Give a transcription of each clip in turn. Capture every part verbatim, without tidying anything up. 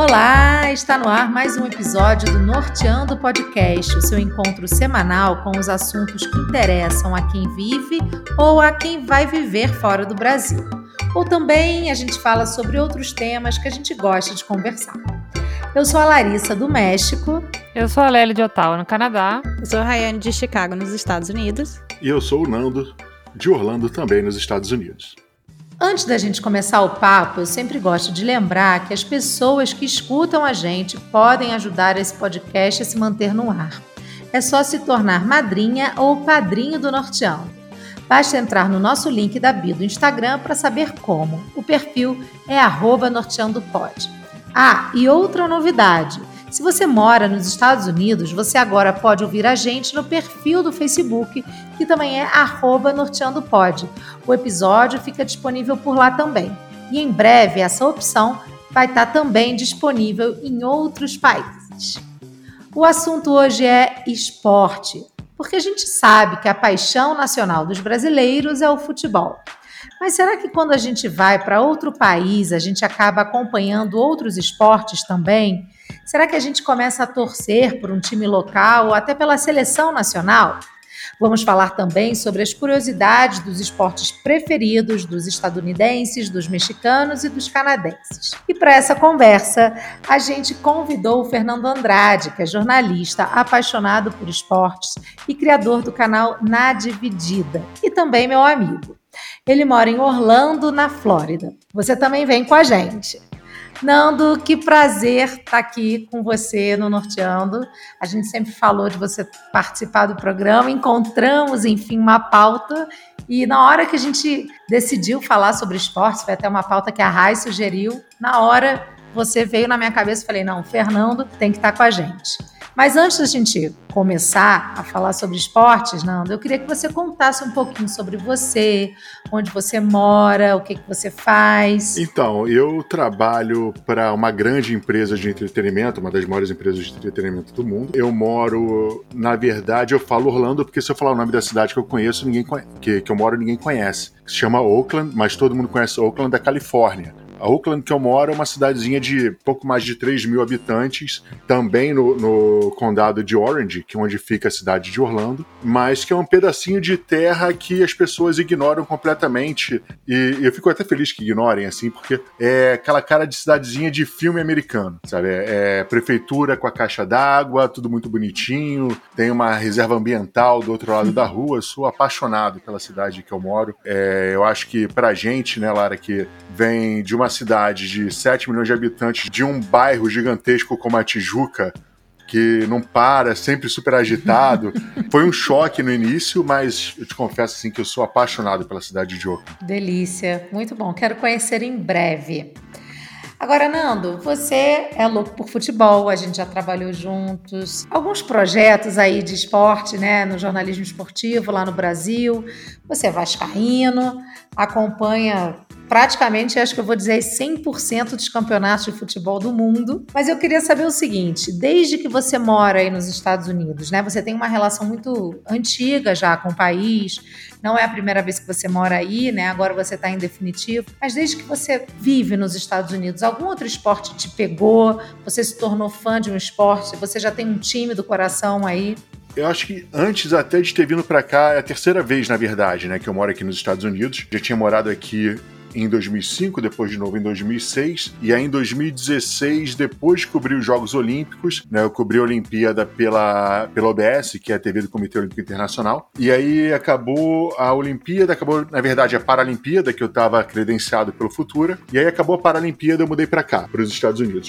Olá, está no ar mais um episódio do Norteando Podcast, o seu encontro semanal com os assuntos que interessam a quem vive ou a quem vai viver fora do Brasil. Ou também a gente fala sobre outros temas que a gente gosta de conversar. Eu sou a Larissa, do México. Eu sou a Lélia, de Ottawa, no Canadá. Eu sou a Rayane, de Chicago, nos Estados Unidos. E eu sou o Nando, de Orlando, também nos Estados Unidos. Antes da gente começar o papo, eu sempre gosto de lembrar que as pessoas que escutam a gente podem ajudar esse podcast a se manter no ar. É só se tornar madrinha ou padrinho do Norteando. Basta entrar no nosso link da bio do Instagram para saber como. O perfil é arroba norteandopod. Ah, e outra novidade. Se você mora nos Estados Unidos, você agora pode ouvir a gente no perfil do Facebook, que também é arroba norteandopod. O episódio fica disponível por lá também. E em breve essa opção vai estar também disponível em outros países. O assunto hoje é esporte, porque a gente sabe que a paixão nacional dos brasileiros é o futebol. Mas será que quando a gente vai para outro país, a gente acaba acompanhando outros esportes também? Será que a gente começa a torcer por um time local ou até pela seleção nacional? Vamos falar também sobre as curiosidades dos esportes preferidos dos estadunidenses, dos mexicanos e dos canadenses. E para essa conversa, a gente convidou o Fernando Andrade, que é jornalista, apaixonado por esportes e criador do canal Na Dividida, e também meu amigo. Ele mora em Orlando, na Flórida. Você também vem com a gente. Nando, que prazer estar aqui com você no Norteando. A gente sempre falou de você participar do programa, encontramos, enfim, uma pauta e na hora que a gente decidiu falar sobre esportes, foi até uma pauta que a Rai sugeriu, na hora você veio na minha cabeça e falei, não, o Fernando tem que estar com a gente. Mas antes da gente começar a falar sobre esportes, Nando, eu queria que você contasse um pouquinho sobre você, onde você mora, o que, que você faz. Então, eu trabalho para uma grande empresa de entretenimento, uma das maiores empresas de entretenimento do mundo. Eu moro, na verdade, eu falo Orlando, porque se eu falar o nome da cidade que eu conheço, ninguém conhece, que, que eu moro, ninguém conhece. Se chama Oakland, mas todo mundo conhece Oakland da Califórnia. A Oakland que eu moro é uma cidadezinha de pouco mais de três mil habitantes, também no, no condado de Orange, que é onde fica a cidade de Orlando, mas que é um pedacinho de terra que as pessoas ignoram completamente, e, e eu fico até feliz que ignorem, assim, porque é aquela cara de cidadezinha de filme americano, sabe? É, é prefeitura com a caixa d'água, tudo muito bonitinho, tem uma reserva ambiental do outro lado da rua. Eu sou apaixonado pela cidade que eu moro. É, eu acho que pra gente, né, Lara, que vem de uma cidade de sete milhões de habitantes, de um bairro gigantesco como a Tijuca, que não para, sempre super agitado. Foi um choque no início, mas eu te confesso assim, que eu sou apaixonado pela cidade de Oakland. Delícia, muito bom. Quero conhecer em breve. Agora, Nando, você é louco por futebol, a gente já trabalhou juntos. Alguns projetos aí de esporte, né, no jornalismo esportivo lá no Brasil. Você é vascaíno, acompanha praticamente, acho que eu vou dizer, cem por cento dos campeonatos de futebol do mundo. Mas eu queria saber o seguinte, desde que você mora aí nos Estados Unidos, né, você tem uma relação muito antiga já com o país, não é a primeira vez que você mora aí, né, agora você está em definitivo, mas desde que você vive nos Estados Unidos, algum outro esporte te pegou, você se tornou fã de um esporte, você já tem um time do coração aí? Eu acho que antes até de ter vindo pra cá, é a terceira vez, na verdade, né, que eu moro aqui nos Estados Unidos. Já tinha morado aqui em dois mil e cinco, depois de novo em dois mil e seis, e aí em dois mil e dezesseis, depois de cobrir os Jogos Olímpicos, né, eu cobri a Olimpíada pela, pela O B S, que é a T V do Comitê Olímpico Internacional, e aí acabou a Olimpíada, acabou, na verdade, a Paralimpíada, que eu estava credenciado pelo Futura, e aí acabou a Paralimpíada, eu mudei para cá, para os Estados Unidos.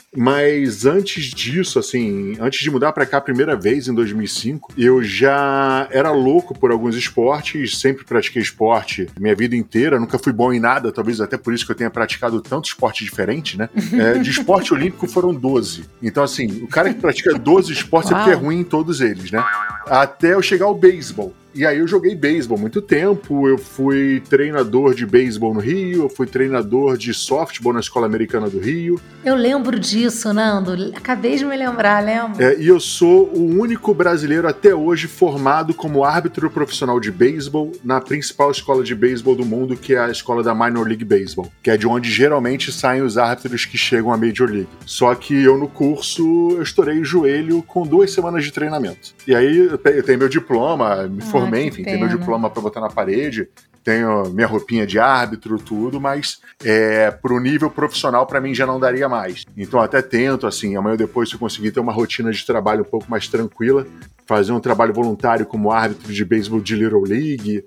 Mas antes disso, assim, antes de mudar pra cá a primeira vez, em dois mil e cinco, eu já era louco por alguns esportes, sempre pratiquei esporte minha vida inteira, nunca fui bom em nada, talvez até por isso que eu tenha praticado tanto esporte diferente, né? É, de esporte olímpico foram doze. Então, assim, o cara que pratica doze esportes é porque é ruim em todos eles, né? Até eu chegar ao beisebol. E aí eu joguei beisebol muito tempo, eu fui treinador de beisebol no Rio, eu fui treinador de softball na Escola Americana do Rio. Eu lembro disso, Nando. Acabei de me lembrar, lembra? É, e eu sou o único brasileiro até hoje formado como árbitro profissional de beisebol na principal escola de beisebol do mundo, que é a escola da Minor League Baseball, que é de onde geralmente saem os árbitros que chegam à Major League. Só que eu no curso, eu estourei o joelho com duas semanas de treinamento. E aí eu tenho meu diploma, me formei, ah, enfim, tenho meu diploma pra botar na parede, tenho minha roupinha de árbitro, tudo, mas é, pro nível profissional pra mim já não daria mais. Então até tento, assim, amanhã ou depois, se eu conseguir ter uma rotina de trabalho um pouco mais tranquila, fazer um trabalho voluntário como árbitro de beisebol de Little League,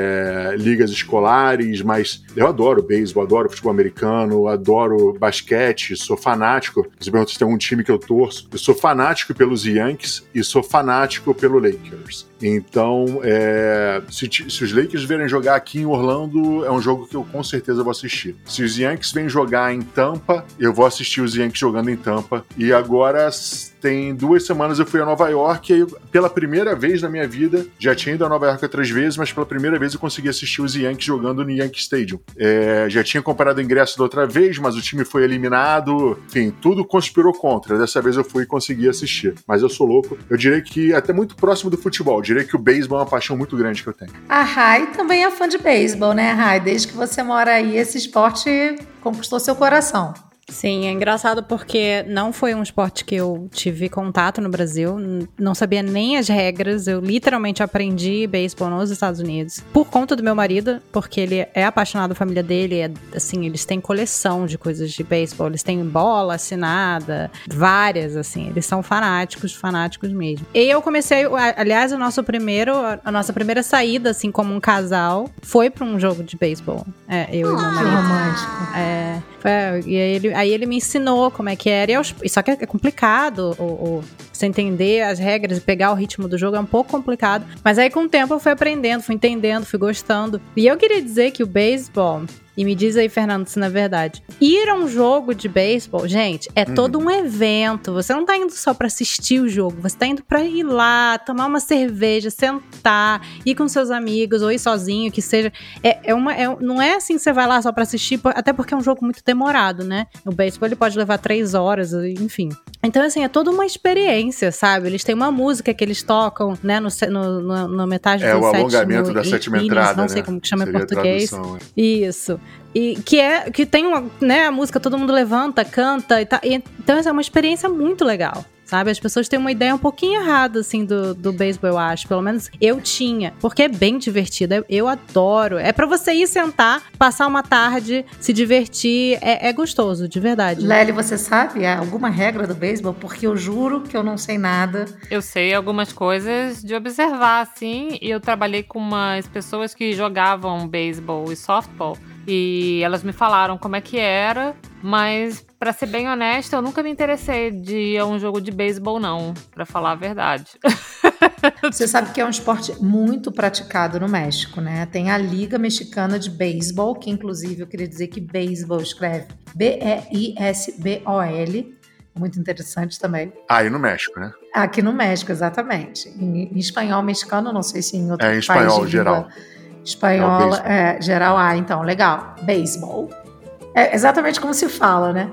é, ligas escolares, mas eu adoro beisebol, adoro futebol americano, adoro basquete, sou fanático. Você pergunta se tem um time que eu torço. Eu sou fanático pelos Yankees e sou fanático pelo Lakers. Então, é, se, se os Lakers vierem jogar aqui em Orlando, é um jogo que eu com certeza vou assistir. Se os Yankees vêm jogar em Tampa, eu vou assistir os Yankees jogando em Tampa. E agora tem duas semanas eu fui a Nova York e pela primeira vez na minha vida, já tinha ido a Nova York outras vezes, mas pela primeira vez eu consegui assistir os Yankees jogando no Yankee Stadium. É, já tinha comprado o ingresso da outra vez, mas o time foi eliminado, enfim, tudo conspirou contra. Dessa vez eu fui e consegui assistir. Mas eu sou louco. Eu diria que até muito próximo do futebol. Eu diria que o beisebol é uma paixão muito grande que eu tenho. A Rai também é fã de beisebol, né, Rai? Desde que você mora aí, esse esporte conquistou seu coração. Sim, é engraçado porque não foi um esporte que eu tive contato no Brasil, não sabia nem as regras, eu literalmente aprendi beisebol nos Estados Unidos por conta do meu marido, porque ele é apaixonado, a família dele, é, assim, eles têm coleção de coisas de beisebol, eles têm bola assinada, várias, assim, eles são fanáticos, fanáticos mesmo. E eu comecei, aliás, o nosso primeiro, a nossa primeira saída, assim, como um casal, foi pra um jogo de beisebol, é, eu ah, e meu marido. Romântico. É... É, e aí ele, aí ele me ensinou como é que era. E eu, só que é complicado o, o, você entender as regras e pegar o ritmo do jogo é um pouco complicado. Mas aí com o tempo eu fui aprendendo, fui entendendo, fui gostando. E eu queria dizer que o beisebol... E me diz aí, Fernando, se não é verdade. Ir a um jogo de beisebol, gente, é uhum. todo um evento. Você não tá indo só pra assistir o jogo. Você tá indo pra ir lá, tomar uma cerveja, sentar, ir com seus amigos ou ir sozinho, que seja. É, é uma, é, não é assim que você vai lá só pra assistir, até porque é um jogo muito demorado, né? O beisebol ele pode levar três horas, enfim. Então, assim, é toda uma experiência, sabe? Eles têm uma música que eles tocam, né, no, no, no, na metade é, do sétimo. É o alongamento da sétima entrada, não né? sei como que chama Seria em português. Tradução, é. Isso. E que, é, que tem uma, né, a música, todo mundo levanta, canta e tá, e, então essa é uma experiência muito legal, sabe? As pessoas têm uma ideia um pouquinho errada, assim, do, do beisebol, eu acho. Pelo menos eu tinha, porque é bem divertido, eu, eu adoro. É pra você ir sentar, passar uma tarde, se divertir, é, é gostoso, de verdade. Lely, você sabe alguma regra do beisebol? Porque eu juro que eu não sei nada. Eu sei algumas coisas de observar, assim, e eu trabalhei com umas pessoas que jogavam beisebol e softball, e elas me falaram como é que era, mas, pra ser bem honesta, eu nunca me interessei de ir a um jogo de beisebol, não, pra falar a verdade. Você sabe que é um esporte muito praticado no México, né? Tem a Liga Mexicana de Beisebol, que inclusive eu queria dizer que beisebol escreve B E I S B O L, muito interessante também. Ah, e no México, né? Aqui no México, exatamente. Em, em espanhol mexicano, não sei se em outro país. É, em espanhol, geral. Espanhola, é, é, geral, ah, então, legal. Beisebol. É exatamente como se fala, né?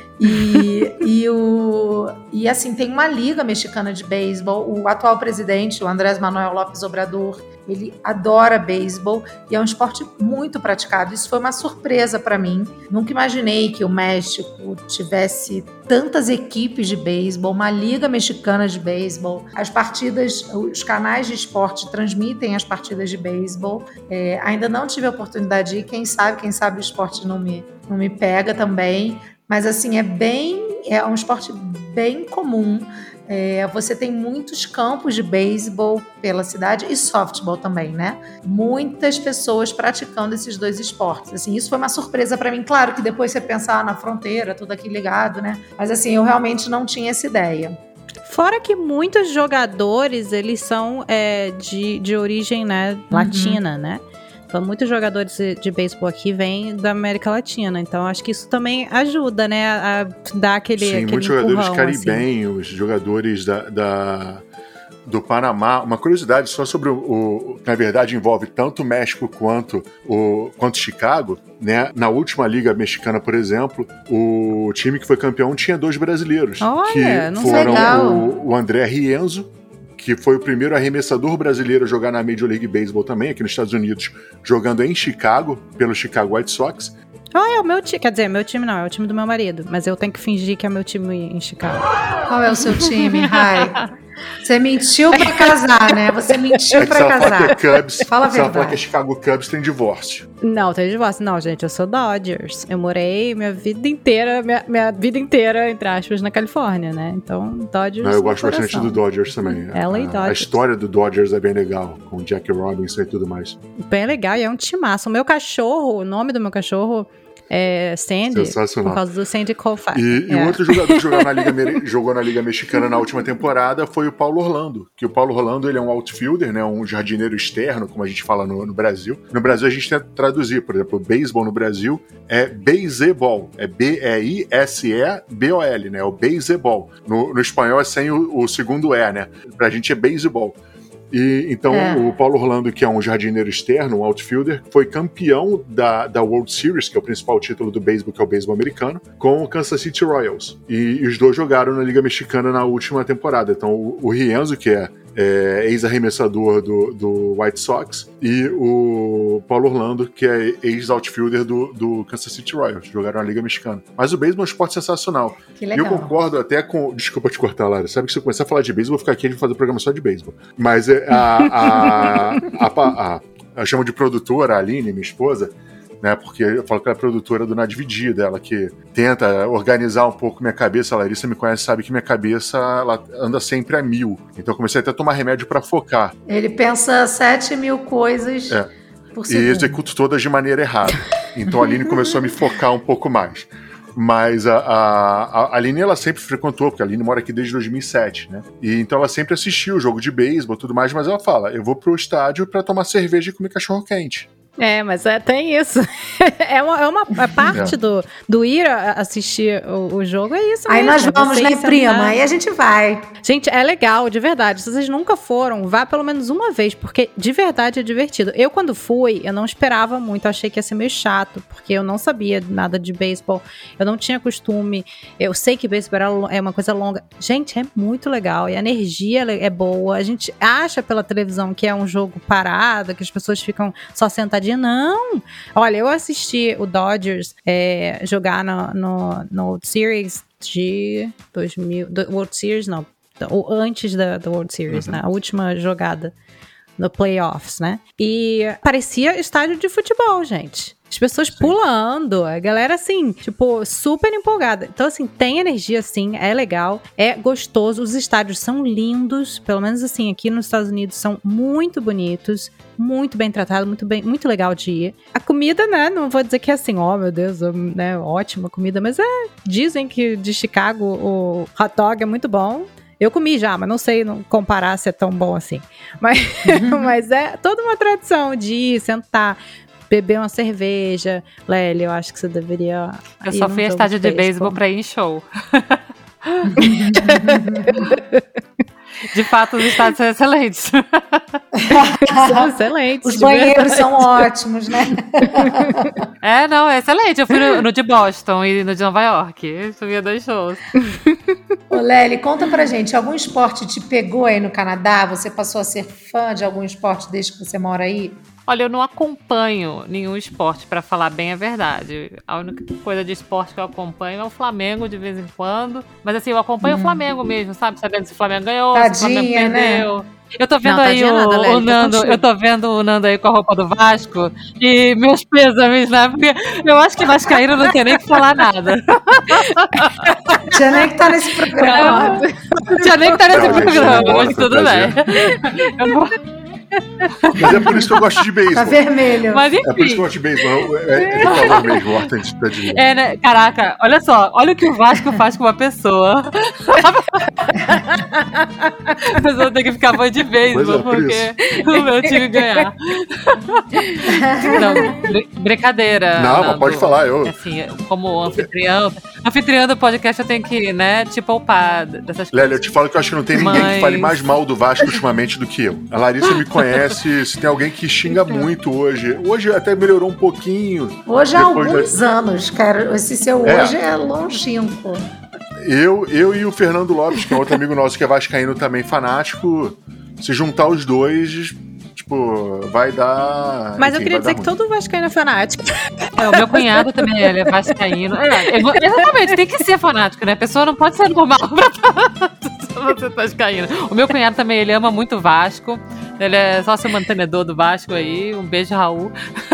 E, e, o, e assim, tem uma liga mexicana de beisebol. O atual presidente, o Andrés Manuel López Obrador, ele adora beisebol e é um esporte muito praticado. Isso foi uma surpresa para mim. Nunca imaginei que o México tivesse tantas equipes de beisebol, uma liga mexicana de beisebol. As partidas, os canais de esporte transmitem as partidas de beisebol. É, ainda não tive a oportunidade de ir. Quem sabe, quem sabe o esporte não me, não me pega também. Mas assim, é bem, é um esporte bem comum. É, você tem muitos campos de beisebol pela cidade e softball também, né? Muitas pessoas praticando esses dois esportes. Assim, isso foi uma surpresa para mim. Claro que depois você pensar ah, na fronteira, tudo aqui ligado, né? Mas assim, eu realmente não tinha essa ideia. Fora que muitos jogadores, eles são é, de, de origem, né, latina, uhum. né? Então, muitos jogadores de, de beisebol aqui vêm da América Latina. Então, acho que isso também ajuda, né? A dar aquele, Sim, aquele muitos empurrão, jogadores caribenhos, assim. jogadores da, da, do Panamá. Uma curiosidade só sobre o, o... Na verdade, envolve tanto o México quanto o quanto Chicago, né? Na última Liga Mexicana, por exemplo, o time que foi campeão tinha dois brasileiros. Olha, que não foram legal. o, o André Rienzo, que foi o primeiro arremessador brasileiro a jogar na Major League Baseball também, aqui nos Estados Unidos, jogando em Chicago, pelo Chicago White Sox. Ah, é o meu time. Quer dizer, meu time não, é o time do meu marido. Mas eu tenho que fingir que é meu time em Chicago. Qual é o seu time, Rai? Você mentiu pra casar, né? Você mentiu É que pra se ela falar casar. que é Cubs, Fala a se ela falar que é verdade. Chicago Cubs, tem divórcio. Não, tem divórcio. Não, gente, eu sou Dodgers. Eu morei minha vida inteira, minha, minha vida inteira, entre aspas, na Califórnia, né? Então, Dodgers. Não, eu no gosto bastante coração. do Dodgers também. L A A, a Dodgers. história do Dodgers é bem legal, com o Jackie Robinson e tudo mais. Bem legal, e é um timaço. O meu cachorro, o nome do meu cachorro é Sandy, Sensacional. por causa do Sandy Koufax. E, e É. o outro jogador que jogou na, Liga, Mere- jogou na Liga Mexicana na última temporada foi o Paulo Orlando. Que o Paulo Orlando ele é um outfielder, né, um jardineiro externo, como a gente fala no, no Brasil. No Brasil a gente tenta traduzir, por exemplo, beisebol no Brasil é baseball, é B E I S E B O L, né, é o baseball. No, no espanhol é sem o, o segundo E, né, pra gente é baseball. E, então, É. o Paulo Orlando, que é um jardineiro externo, um outfielder, foi campeão da, da World Series, que é o principal título do beisebol, que é o beisebol americano, com o Kansas City Royals. E, e os dois jogaram na Liga Mexicana na última temporada. Então, o, o Rienzo, que é, é ex-arremessador do, do White Sox, e o Paulo Orlando, que é ex-outfielder do, do Kansas City Royals. Jogaram na Liga Mexicana. Mas o beisebol é um esporte sensacional. Que E legal. eu concordo até com... Desculpa te cortar, Lara. Sabe que se eu começar a falar de beisebol, eu vou ficar aqui e a gente vai fazer um programa só de beisebol. Mas é, a, a, a, a, a, eu chamo de produtora, a Aline, minha esposa, né? Porque eu falo que ela é produtora do Na Dividida, ela que tenta organizar um pouco minha cabeça. A Larissa me conhece, sabe que minha cabeça ela anda sempre a mil. Então eu comecei até a tomar remédio para focar. Ele pensa sete mil coisas É. por E segundo. executo todas de maneira errada. Então a Aline começou a me focar um pouco mais. Mas a, a, a Aline, ela sempre frequentou, porque a Aline mora aqui desde dois mil e sete, né? E então ela sempre assistiu o jogo de beisebol e tudo mais, mas ela fala, eu vou pro estádio pra tomar cerveja e comer cachorro quente. É, mas é, tem isso. é uma, é uma é parte É. do, do ir a- assistir o, o jogo, é isso Aí mesmo. nós vamos, você né, ir sentar. prima? Aí a gente vai. Gente, é legal, de verdade. Se vocês nunca foram, vá pelo menos uma vez, porque de verdade é divertido. Eu, quando fui, eu não esperava muito, eu achei que ia ser meio chato, porque eu não sabia nada de beisebol, eu não tinha costume, eu sei que beisebol era lo- é uma coisa longa. Gente, é muito legal, e a energia é boa. A gente acha pela televisão que é um jogo parado, que as pessoas ficam só sentadinhas. Não! Olha, eu assisti o Dodgers é, jogar no, no, no World Series de dois mil... do- World Series, não. Ou antes da, da World Series, Uhum. né? A última jogada no playoffs, né? E parecia estádio de futebol, gente. As pessoas Sim. pulando, a galera assim, tipo, super empolgada. Então, assim, tem energia, sim, é legal, é gostoso. Os estádios são lindos, pelo menos assim, aqui nos Estados Unidos são muito bonitos, muito bem tratados, muito bem, muito legal de ir. A comida, né, não vou dizer que é assim, ó, oh, meu Deus, né, ótima comida, mas é, dizem que de Chicago o hot dog é muito bom. Eu comi já, mas não sei não comparar se é tão bom assim. Mas, mas é toda uma tradição de ir, sentar, beber uma cerveja. Lélia, eu acho que você deveria. Eu ir só num fui a jogo estádio de beisebol beisebol. pra ir em show. De fato, os estádios são excelentes. São excelentes. Os de banheiros verdade. são ótimos, né? É, não, é excelente. Eu fui no, no de Boston e no de Nova York. Eu subia dois shows. Ô, Lely, conta pra gente, algum esporte te pegou aí no Canadá? Você passou a ser fã de algum esporte desde que você mora aí? Olha, eu não acompanho nenhum esporte, pra falar bem a verdade. A única coisa de esporte que eu acompanho é o Flamengo de vez em quando. Mas assim, eu acompanho o Flamengo mesmo, sabe? Sabendo se o Flamengo ganhou, se o Flamengo Tadinha, né? perdeu. Eu tô vendo Não, aí tadinha o, nada, Lélia, o tô Nando, contigo. eu tô vendo o Nando aí com a roupa do Vasco e meus pêsames, né? Porque eu acho que Vascaíno não tem nem que falar nada. Tinha nem que estar nesse programa. Não tinha nem que estar nesse Não, gente, programa, não mas gosto, tudo prazer. bem. Eu não- Mas é por isso que eu gosto de Tá beisebol. vermelho. Mas É por isso que eu enfim. gosto de beisebol. É, é, é calor mesmo, o Horta de É, né? Caraca, olha só, olha o que o Vasco faz com uma pessoa. Mas eu vou ter que ficar fã de beisebol, é, porque por o meu time ganhar. Não, br- brincadeira. Não, Nando. mas pode falar. Eu... Assim, como anfitriã, anfitriã do podcast, eu tenho que, né, te poupar dessas coisas. Lélia, eu te falo que eu acho que não tem ninguém mas... que fale mais mal do Vasco ultimamente do que eu. A Larissa me conhece, se tem alguém que xinga muito hoje. Hoje até melhorou um pouquinho. Hoje há alguns da... anos, cara. Esse seu é. hoje é longínquo. Eu, eu e o Fernando Lopes, que é outro amigo nosso que é vascaíno também, fanático, se juntar os dois, tipo, vai dar... Mas enfim, eu queria dizer que todo vascaíno é fanático. É, o meu cunhado também, ele é vascaíno. É, exatamente, tem que ser fanático, né? A pessoa não pode ser normal pra você vascaíno. O meu cunhado também, ele ama muito o Vasco. Ele é sócio mantenedor do Vasco aí. Um beijo, Raul.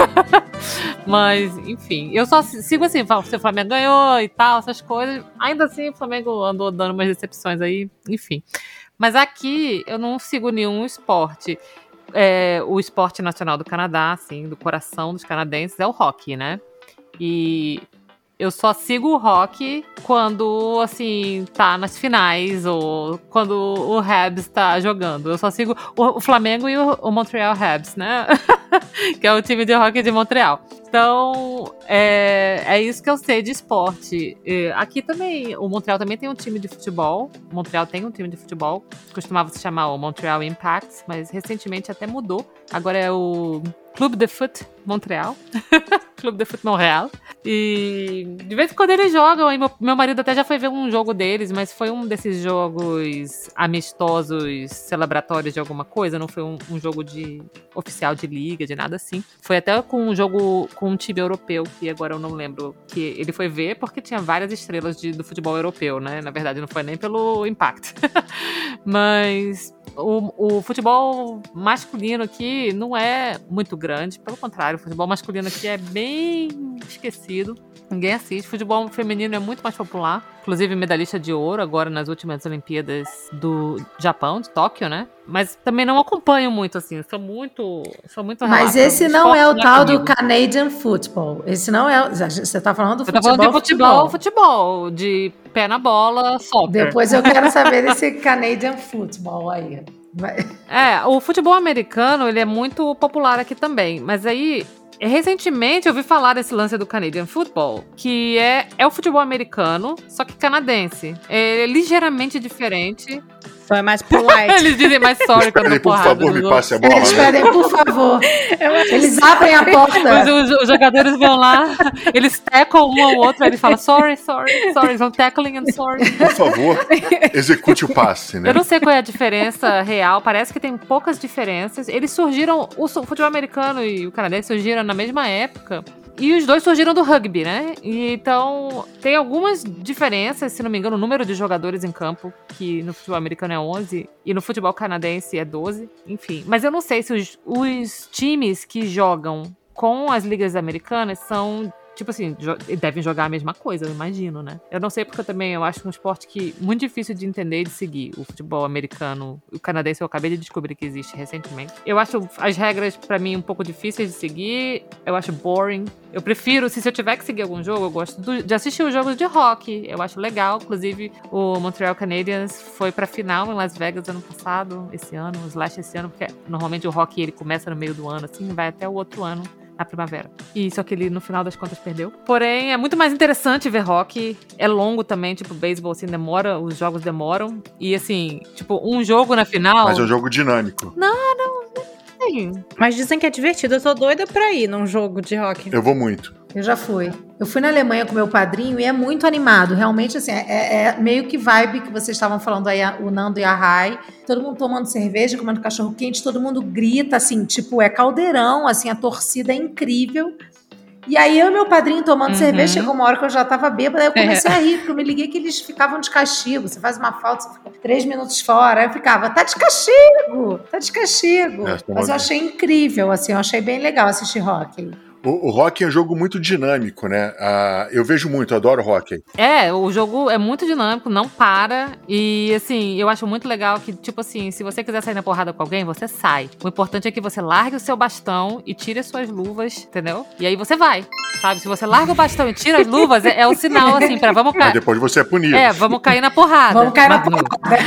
Mas, enfim, eu só sigo assim, se o Flamengo ganhou e tal, essas coisas. Ainda assim, o Flamengo andou dando umas decepções aí, enfim. Mas aqui eu não sigo nenhum esporte. É, o esporte nacional do Canadá, assim, do coração dos canadenses, é o hockey, né? E eu só sigo o hockey quando, assim, tá nas finais ou quando o Habs tá jogando. Eu só sigo o, o Flamengo e o, o Montreal Habs, né? Que é o time de hockey de Montreal. Então, é, é isso que eu sei de esporte. E aqui também, o Montreal também tem um time de futebol. O Montreal tem um time de futebol. Costumava se chamar o Montreal Impact, mas recentemente até mudou. Agora é o Club de Foot Montreal. Club de Foot Montreal. E de vez em quando eles jogam. E meu, meu marido até já foi ver um jogo deles, mas foi um desses jogos amistosos, celebratórios de alguma coisa. Não foi um, um jogo de oficial de liga, de nada assim. Foi até com um jogo com um time europeu, que agora eu não lembro, que ele foi ver porque tinha várias estrelas de, do futebol europeu, né? Na verdade, não foi nem pelo Impact. Mas o, o futebol masculino aqui não é muito grande, pelo contrário, o futebol masculino aqui é bem esquecido. Ninguém assiste. Futebol feminino é muito mais popular. Inclusive medalhista de ouro agora nas últimas Olimpíadas do Japão, de Tóquio, né? Mas também não acompanho muito, assim. Sou muito, sou muito Mas relata. esse não é o tal do Canadian Football. Esse não é... Você tá falando do futebol, futebol, tá falando de futebol, futebol, futebol, de pé na bola, soccer. Depois eu quero saber desse Canadian Football aí. É, o futebol americano, ele é muito popular aqui também. Mas aí... Recentemente eu ouvi falar desse lance do Canadian Football, que é, é o futebol americano, só que canadense. É ligeiramente diferente. Só é mais polite. Eles dizem mais sorry quando eu por favor, me passe a bola. Eles pedem, por favor. Eles abrem a porta. Mas os, os jogadores vão lá, eles tackle um ao outro, aí eles falam sorry, sorry, sorry. Eles vão tackling and sorry. Por favor, execute o passe, né? Eu não sei qual é a diferença real, parece que tem poucas diferenças. Eles surgiram, o futebol americano e o canadense surgiram na mesma época. E os dois surgiram do rugby, né? E, então, tem algumas diferenças, se não me engano, o número de jogadores em campo, que no futebol americano é onze, e no futebol canadense é doze, enfim. Mas eu não sei se os, os times que jogam com as ligas americanas são... Tipo assim, devem jogar a mesma coisa, eu imagino, né? Eu não sei porque eu também eu acho um esporte que muito difícil de entender e de seguir. O futebol americano, o canadense eu acabei de descobrir que existe recentemente. Eu acho as regras, pra mim, um pouco difíceis de seguir. Eu acho boring. Eu prefiro, se eu tiver que seguir algum jogo, eu gosto do, de assistir os jogos de hockey. Eu acho legal. Inclusive, o Montreal Canadiens foi pra final em Las Vegas ano passado, esse ano, o Slash esse ano, porque normalmente o hockey ele começa no meio do ano, assim, e vai até o outro ano. Na primavera. E só que ele, no final das contas, perdeu. Porém, é muito mais interessante ver hockey. É longo também, tipo, beisebol, assim, demora, os jogos demoram. E, assim, tipo, um jogo na final... Mas é um jogo dinâmico. Não, não, não tem. Mas dizem que é divertido. Eu tô doida pra ir num jogo de hockey. Eu vou muito. Eu já fui. Eu fui na Alemanha com meu padrinho e é muito animado. Realmente, assim, é, é meio que vibe que vocês estavam falando aí, o Nando e a Rai. Todo mundo tomando cerveja, comendo cachorro quente, todo mundo grita, assim, tipo, é caldeirão, assim, a torcida é incrível. E aí eu e meu padrinho tomando uhum. cerveja, chegou uma hora que eu já tava bêbada, aí eu comecei é. a rir, porque eu me liguei que eles ficavam de castigo. Você faz uma falta, você fica três minutos fora. Aí eu ficava, tá de castigo, tá de castigo. É, mas eu achei incrível, assim, eu achei bem legal assistir hockey. O, o hockey é um jogo muito dinâmico, né? Uh, eu vejo muito, eu adoro hockey. É, o jogo é muito dinâmico, não para. E, assim, eu acho muito legal que, tipo assim, se você quiser sair na porrada com alguém, você sai. O importante é que você largue o seu bastão e tire as suas luvas, entendeu? E aí você vai, sabe? Se você larga o bastão e tira as luvas, é, é o sinal, assim, pra vamos cair. Mas depois você é punido. É, vamos cair na porrada. Vamos cair na Manu. porrada.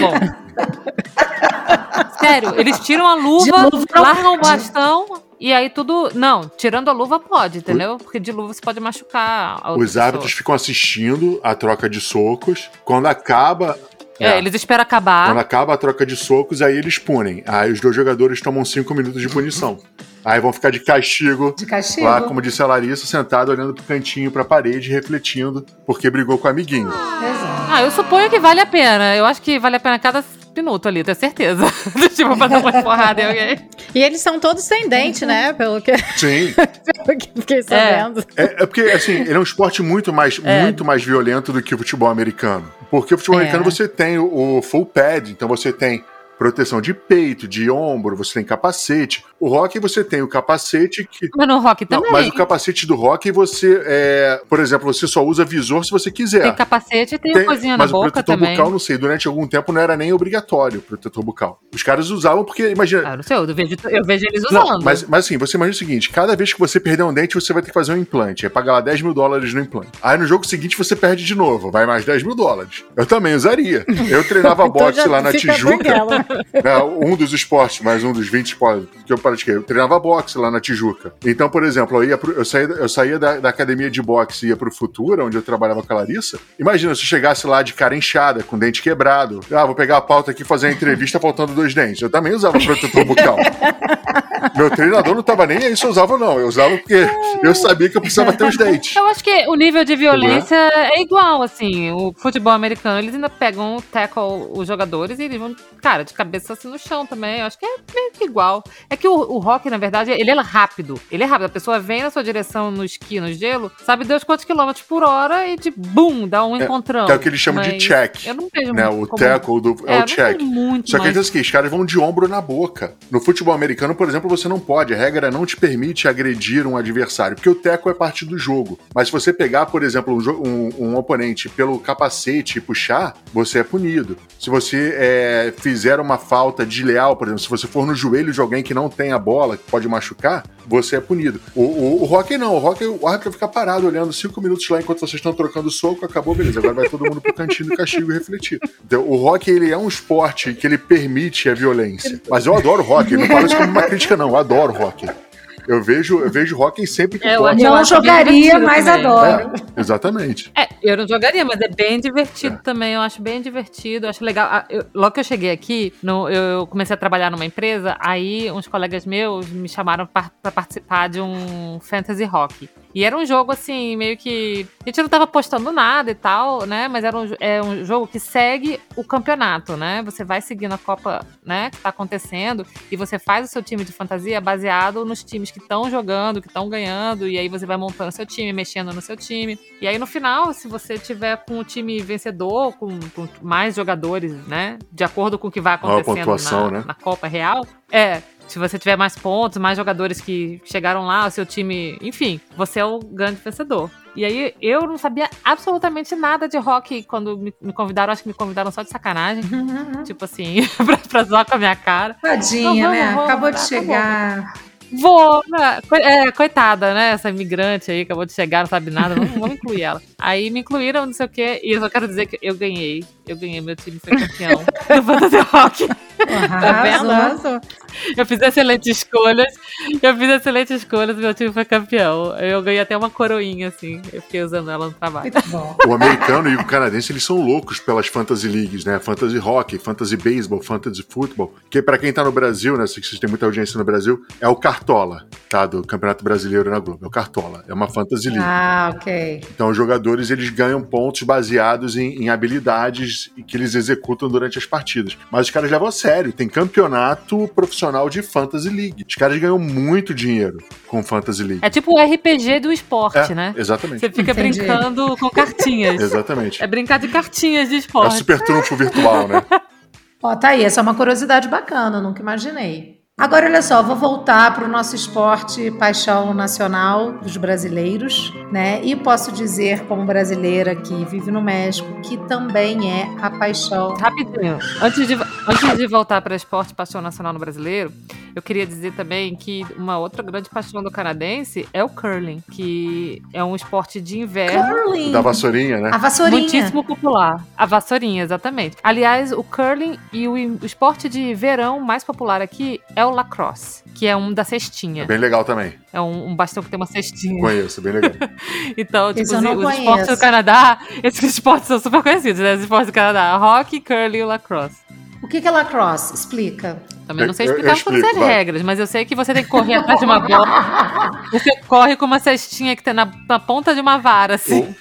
Bom. Sério, eles tiram a luva, luva largam o bastão... E aí tudo... Não, tirando a luva pode, entendeu? Porque de luva você pode machucar a outra Os árbitros pessoa. ficam assistindo a troca de socos. Quando acaba... É, é, eles esperam acabar. Quando acaba a troca de socos, aí eles punem. Aí os dois jogadores tomam cinco minutos de punição. Aí vão ficar de castigo, de castigo. Lá, como disse a Larissa, sentado olhando pro cantinho, pra parede, refletindo, porque brigou com o amiguinho. Exato. Ah, eu suponho que vale a pena. Eu acho que vale a pena cada minuto ali, tenho certeza. Tipo, pra dar uma porrada em alguém. E eles são todos sem dente, né? Pelo que, Sim. pelo que fiquei sabendo. É, é porque, assim, ele é um esporte muito mais, é. muito mais violento do que o futebol americano. Porque o futebol é. americano você tem o, o full pad, então você tem proteção de peito, de ombro, você tem capacete. O hockey você tem o capacete que... Mas no hockey também. Não, mas o capacete do hockey você, é, por exemplo, você só usa visor se você quiser. Tem capacete e tem, tem coisinha na boca também. Mas o protetor bucal, não sei, durante algum tempo não era nem obrigatório o protetor bucal. Os caras usavam porque, imagina... Ah, não sei, eu vejo, eu vejo eles usando. Não, mas, mas assim, você imagina o seguinte, cada vez que você perder um dente, você vai ter que fazer um implante. Aí paga lá dez mil dólares no implante. Aí no jogo seguinte você perde de novo, vai mais dez mil dólares. Eu também usaria. Eu treinava então boxe lá na Tijuca. Um dos esportes, mais um dos vinte esportes que eu pratiquei. Eu treinava boxe lá na Tijuca. Então, por exemplo, eu, ia pro, eu saía, eu saía da, da academia de boxe e ia pro Futura, onde eu trabalhava com a Larissa. Imagina se eu chegasse lá de cara inchada, com dente quebrado. Ah, vou pegar a pauta aqui e fazer a entrevista faltando dois dentes. Eu também usava protetor bucal. Meu treinador não tava nem aí se eu usava, não. Eu usava porque eu sabia que eu precisava ter os dentes. Eu acho que o nível de violência é, é igual, assim. O futebol americano, eles ainda pegam, tackle os jogadores e eles vão, cara, de cabeça assim no chão também. Eu acho que é meio que igual. É que o, o hockey, na verdade, ele é rápido. Ele é rápido. A pessoa vem na sua direção no esqui, no gelo, sabe Deus quantos quilômetros por hora e de bum, dá um é, encontrão. Que é o que eles chamam Mas de check. Eu não vejo né? muito. O tackle do, é, é o check. Muito Só que mais... é que os caras vão de ombro na boca. No futebol americano, por exemplo, você não pode. A regra não te permite agredir um adversário, porque o tackle é parte do jogo. Mas se você pegar, por exemplo, um, um, um oponente pelo capacete e puxar, você é punido. Se você é, fizer uma falta desleal, por exemplo, se você for no joelho de alguém que não tem a bola, que pode machucar, você é punido. O, o, o hockey não. O hockey, o árbitro fica parado olhando cinco minutos lá enquanto vocês estão trocando soco, acabou, beleza. Agora vai todo mundo pro cantinho do castigo e refletir. Então, o hockey, ele é um esporte que ele permite a violência. Mas eu adoro hockey. Não falo isso como uma crítica, não. Eu adoro hockey. Eu vejo, eu vejo hockey sempre que é, pode. Eu não jogaria, mas também. Adoro. É, exatamente. É, eu não jogaria, mas é bem divertido é. também. Eu acho bem divertido, eu acho legal. Eu, logo que eu cheguei aqui, no, eu comecei a trabalhar numa empresa, aí uns colegas meus me chamaram pra, pra participar de um fantasy hockey. E era um jogo, assim, meio que... A gente não tava postando nada e tal, né? Mas era um, é um jogo que segue o campeonato, né? Você vai seguindo a Copa, né? Que tá acontecendo. E você faz o seu time de fantasia baseado nos times que estão jogando, que estão ganhando. E aí você vai montando seu time, mexendo no seu time. E aí, no final, se você tiver com o time vencedor, com, com mais jogadores, né? De acordo com o que vai acontecendo pontuação, na, né? na Copa real... É... Se você tiver mais pontos, mais jogadores que chegaram lá, o seu time... Enfim, você é o grande vencedor. E aí, eu não sabia absolutamente nada de hockey quando me, me convidaram. Acho que me convidaram só de sacanagem. Uhum. Tipo assim, pra, pra zoar com a minha cara. Tadinha, então, né? Vamos, acabou de chegar... Vou, né? É, coitada, né? Essa imigrante aí, acabou de chegar, não sabe nada, vamos, vamos incluir ela. Aí me incluíram, não sei o quê, e eu só quero dizer que eu ganhei. Eu ganhei, meu time foi campeão do Fantasy Hockey. Tá vendo? Eu fiz excelentes escolhas, eu fiz excelentes escolhas, meu time foi campeão. Eu ganhei até uma coroinha, assim, eu fiquei usando ela no trabalho. Muito bom. O americano e o canadense, eles são loucos pelas fantasy leagues, né? Fantasy hockey, fantasy baseball, fantasy football, que pra quem tá no Brasil, né, sei que vocês têm muita audiência no Brasil, é o Cartola, tá? Do Campeonato Brasileiro na Globo, é o Cartola, é uma fantasy league. Ah, ok. Então os jogadores, eles ganham pontos baseados em, em habilidades que eles executam durante as partidas. Mas os caras levam a sério, tem campeonato profissional de fantasy league. Os caras ganham muito dinheiro com fantasy league. É tipo o R P G do esporte, é, né? Exatamente. Você fica Entendi. brincando com cartinhas. Exatamente. É brincar de cartinhas de esporte. É super trunfo virtual, né? Ó, tá aí, essa é uma curiosidade bacana, eu nunca imaginei. Agora, olha só, vou voltar para o nosso esporte paixão nacional dos brasileiros, né? E posso dizer, como brasileira que vive no México, que também é a paixão... Rapidinho, antes de, antes de voltar para esporte paixão nacional no brasileiro, eu queria dizer também que uma outra grande paixão do canadense é o curling, que é um esporte de inverno. Curling! Da vassourinha, né? A vassourinha. Muitíssimo popular. A vassourinha, exatamente. Aliás, o curling e o, o esporte de verão mais popular aqui é o lacrosse, que é um da cestinha. É bem legal também. É um, um bastão que tem uma cestinha. Conheço, bem legal. Então, tipo, Esse eu os, não os conheço. esportes do Canadá, esses esportes são super conhecidos, né? Os esportes do Canadá, hockey, curling e lacrosse. O que que é lacrosse? Explica. Também não sei Eu- eu explicar todas explico, as vai. regras, mas eu sei que você tem que correr atrás de uma bola. Você corre com uma cestinha que tem na, na ponta de uma vara, assim.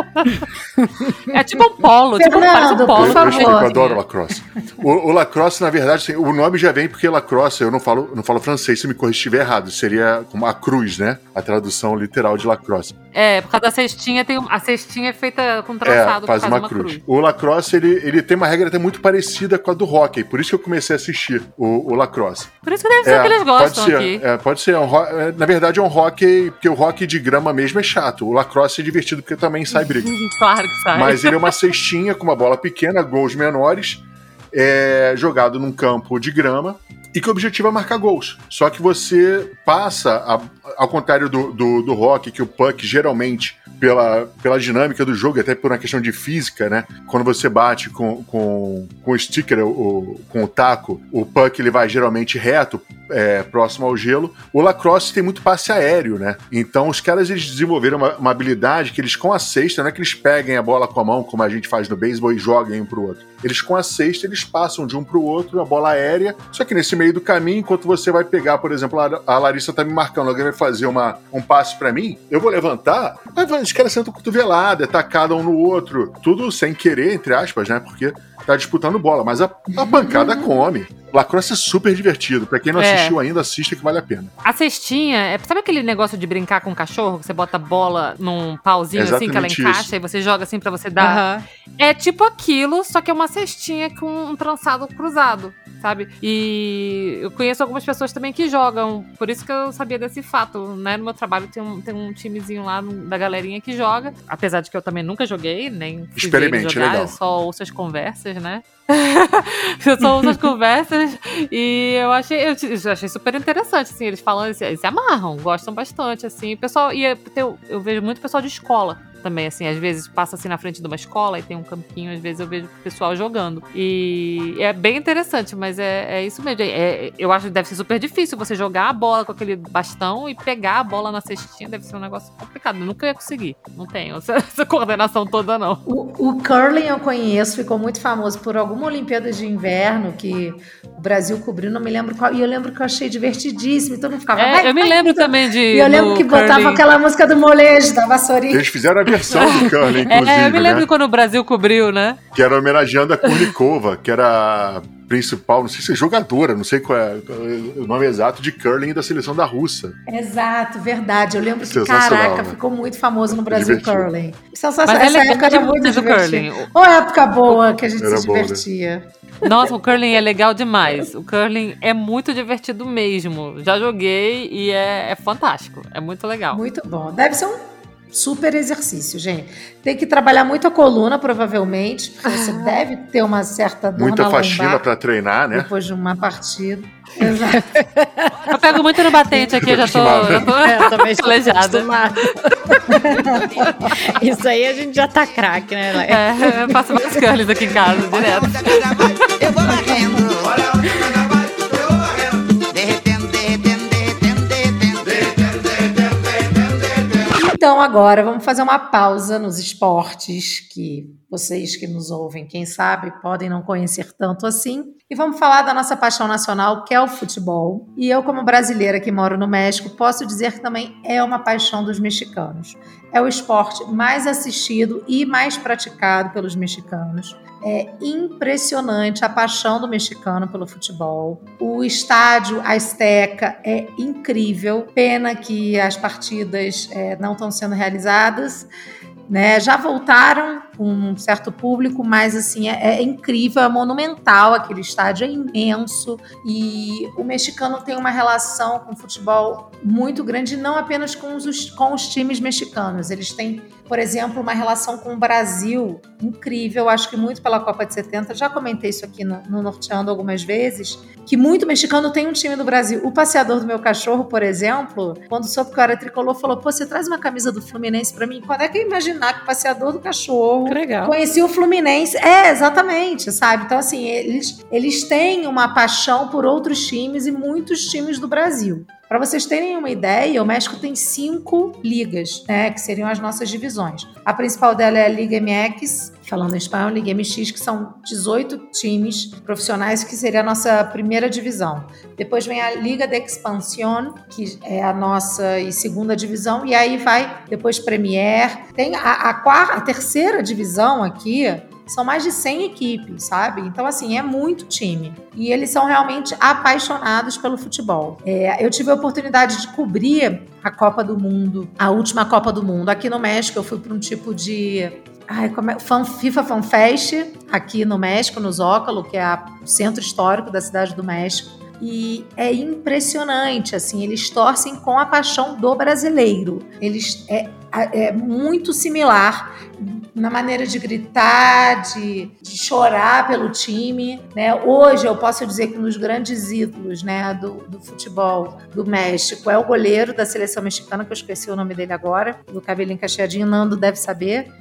É tipo um polo, tipo um, parece um Fernando, polo. por Eu, eu favor. explico, eu adoro lacrosse. O, o lacrosse, na verdade, assim, o nome já vem porque lacrosse, eu não falo, não falo francês, se me corrigir se estiver errado. Seria como a cruz, né? A tradução literal de lacrosse. É, por causa da cestinha, tem, um- a cestinha é feita com É, traçado, faz que uma, cruz. O lacrosse, ele, ele tem uma regra até muito parecida com a do hockey, por isso que eu comecei a assistir o, o lacrosse. Por isso que deve ser que eles gostam pode ser, aqui. é, pode ser. É um ro- é, na verdade, é um hockey, porque o hockey de grama mesmo é chato. O lacrosse é divertido porque também sai briga. Claro que sai. Mas ele é uma cestinha com uma bola pequena, gols menores, é, jogado num campo de grama, e que o objetivo é marcar gols. Só que você passa, a- ao contrário do, do, do hockey, que o puck geralmente, pela, pela dinâmica do jogo, até por uma questão de física, né? Quando você bate com, com, com o sticker, o, com o taco, o puck ele vai geralmente reto, é, próximo ao gelo. O lacrosse tem muito passe aéreo, né? Então os caras eles desenvolveram uma, uma habilidade que eles com a cesta, não é que eles peguem a bola com a mão, como a gente faz no beisebol, e joguem um pro outro. Eles com a cesta, eles passam de um pro outro a bola aérea, só que nesse meio do caminho, enquanto você vai pegar, por exemplo, a, a Larissa tá me marcando, alguém vai fazer uma, um passe pra mim, eu vou levantar, aí vai, os caras sentam cotovelada, é tacada um no outro, tudo sem querer, entre aspas, né? Porque tá disputando bola, mas a, a pancada come. Lacrosse é super divertido. Pra quem não É. assistiu ainda, assista que vale a pena. A cestinha, é, sabe aquele negócio de brincar com o cachorro? Que você bota a bola num pauzinho assim, que ela Exatamente encaixa isso. e você joga assim pra você dar. Aham. É tipo aquilo, só que é uma cestinha com um trançado cruzado, sabe? E eu conheço algumas pessoas também que jogam, por isso que eu sabia desse fato, né? No meu trabalho tem um, tem um timezinho lá no- da galerinha que joga, apesar de que eu também nunca joguei, nem fui ver Experimente, eles jogar, legal. eu só ouço as conversas, né? Eu só ouço as conversas e eu achei, eu, eu achei super interessante, assim, eles falam, eles, eles se amarram, gostam bastante, assim, o pessoal, e eu, eu vejo muito pessoal de escola também, assim, às vezes passa assim na frente de uma escola e tem um campinho, às vezes eu vejo o pessoal jogando. E é bem interessante, mas é, é isso mesmo. É, é- eu acho que deve ser super difícil você jogar a bola com aquele bastão e pegar a bola na cestinha, deve ser um negócio complicado. Eu nunca ia conseguir. Não tenho essa, essa coordenação toda, não. O, o curling eu conheço, ficou muito famoso por alguma Olimpíada de Inverno que o Brasil cobriu, não me lembro qual. E eu lembro que eu achei divertidíssimo, então não ficava. É, vai, eu me vai, lembro vai. também de. E eu lembro no que botava curling. aquela música do molejo, da vassourinha. Eles fizeram a versão do curling, inclusive, É, eu me lembro né? quando o Brasil cobriu, né? Que era homenageando a Kurnikova, que era a principal, não sei se é jogadora, não sei qual é o nome exato, de curling da seleção da Rússia. Exato, verdade. Eu lembro que, Sensacional, caraca, né? ficou muito famoso no Brasil Divertido. curling. Sensacional. Mas é Essa legal época era muito demais o divertida. curling. Ou época boa que a gente Era se bom, né? divertia. Nossa, o curling é legal demais. O curling é muito divertido mesmo. Já joguei e é, é fantástico. É muito legal. Muito bom. Deve ser um super exercício, gente. Tem que trabalhar muito a coluna, provavelmente, porque você deve ter uma certa dor Muita na faxina lombar pra treinar, né? depois de uma partida. Exato. Eu pego muito no batente aqui, eu já tô, já tô É, eu também estou calejada. acostumada. Isso aí a gente já tá craque, né, Léa? É, eu faço vários curlings aqui em casa, direto. Eu vou varrendo. Olha o meu trabalho, eu vou varrendo. Derretendo, derretendo, derretendo, derretendo. Então, agora, vamos fazer uma pausa nos esportes, que vocês que nos ouvem, quem sabe, podem não conhecer tanto assim. E vamos falar da nossa paixão nacional, que é o futebol. E eu, como brasileira que moro no México, posso dizer que também é uma paixão dos mexicanos. É o esporte mais assistido e mais praticado pelos mexicanos. É impressionante a paixão do mexicano pelo futebol. O estádio Azteca é incrível. Pena que as partidas é, não estão sendo realizadas, né? Já voltaram um certo público, mas assim, é, é incrível, é monumental, aquele estádio é imenso, e o mexicano tem uma relação com o futebol muito grande, não apenas com os, com os times mexicanos, eles têm, por exemplo, uma relação com o Brasil incrível, acho que muito pela Copa de setenta, já comentei isso aqui no, no Norteando algumas vezes, que muito mexicano tem um time do Brasil. O passeador do meu cachorro, por exemplo, quando soube que eu era tricolor, falou, pô, você traz uma camisa do Fluminense pra mim? Quando é que eu ia imaginar que o passeador do cachorro Que legal. conhecia o Fluminense? É, exatamente, sabe? Então, assim, eles, eles têm uma paixão por outros times e muitos times do Brasil. Para vocês terem uma ideia, o México tem cinco ligas, né, que seriam as nossas divisões. A principal dela é a Liga M X, falando em espanhol, Liga M X, que são dezoito times profissionais, que seria a nossa primeira divisão. Depois vem a Liga de Expansión, que é a nossa e segunda divisão, e aí vai depois Premier. Tem a, a, quarta, a terceira divisão aqui, são mais de cem equipes, sabe? Então, assim, é muito time. E eles são realmente apaixonados pelo futebol. É, eu tive a oportunidade de cobrir a Copa do Mundo, a última Copa do Mundo. Aqui no México, eu fui para um tipo de... Ai, como é? Fan, FIFA Fan Fest, aqui no México, no Zócalo, que é o centro histórico da cidade do México. E é impressionante, assim, eles torcem com a paixão do brasileiro. Eles é, é muito similar na maneira de gritar, de, de chorar pelo time, né? Hoje eu posso dizer que um dos grandes ídolos, né, do, do futebol do México é o goleiro da seleção mexicana, que eu esqueci o nome dele agora, do cabelinho cacheadinho, Nando deve saber.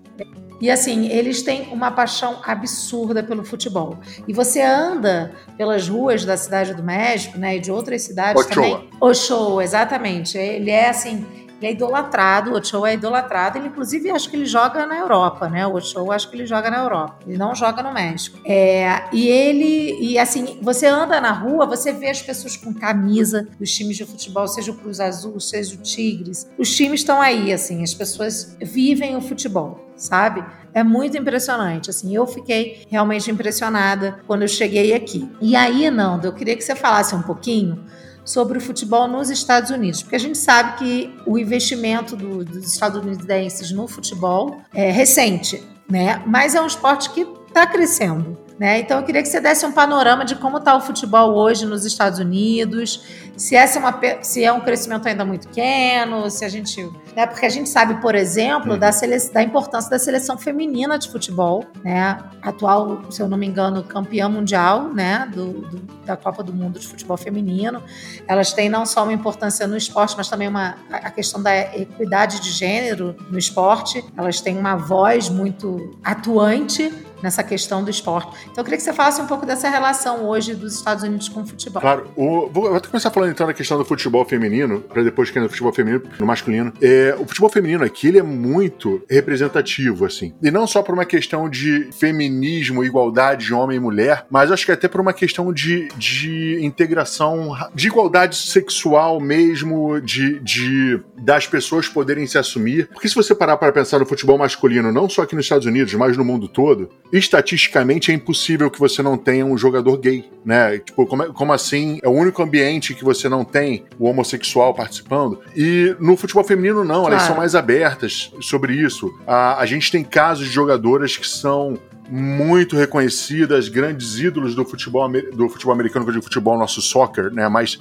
E assim, eles têm uma paixão absurda pelo futebol. E você anda pelas ruas da cidade do México, né, e de outras cidades Ochoa. também. Ochoa, exatamente. Ele é assim, ele é idolatrado, o Ochoa é idolatrado. Ele, inclusive, acho que ele joga na Europa, né? O Ochoa, acho que ele joga na Europa. Ele não joga no México. É, e ele, e assim, você anda na rua, você vê as pessoas com camisa dos times de futebol, seja o Cruz Azul, seja o Tigres. Os times estão aí, assim, as pessoas vivem o futebol, sabe? É muito impressionante, assim, eu fiquei realmente impressionada quando eu cheguei aqui. E aí, Nando, eu queria que você falasse um pouquinho sobre o futebol nos Estados Unidos, porque a gente sabe que o investimento do, dos estadunidenses no futebol é recente, né? Mas é um esporte que está crescendo, né? Então eu queria que você desse um panorama de como está o futebol hoje nos Estados Unidos, se, essa é, uma, se é um crescimento ainda muito pequeno, se a gente... Né? Porque a gente sabe, por exemplo, da, sele, da importância da seleção feminina de futebol, né? Atual, se eu não me engano, campeã mundial, né? do, do, da Copa do Mundo de futebol feminino. Elas têm não só uma importância no esporte, mas também uma, a questão da equidade de gênero no esporte. Elas têm uma voz muito atuante nessa questão do esporte. Então eu queria que você falasse um pouco dessa relação hoje dos Estados Unidos com o futebol. Claro, o, vou, vou começar falando então na questão do futebol feminino, para depois que é no futebol feminino, no masculino. É, o futebol feminino aqui, ele é muito representativo, assim. E não só por uma questão de feminismo, igualdade de homem e mulher, mas acho que até por uma questão de, de integração, de igualdade sexual mesmo, de, de das pessoas poderem se assumir. Porque se você parar para pensar no futebol masculino, não só aqui nos Estados Unidos, mas no mundo todo, estatisticamente é impossível que você não tenha um jogador gay, né? Tipo, como, como assim? É o único ambiente que você não tem o homossexual participando. E no futebol feminino, não. Claro. Elas são mais abertas sobre isso. A, a gente tem casos de jogadoras que são muito reconhecidas, grandes ídolos do futebol, do futebol americano, que eu digo futebol, nosso soccer, né? Mas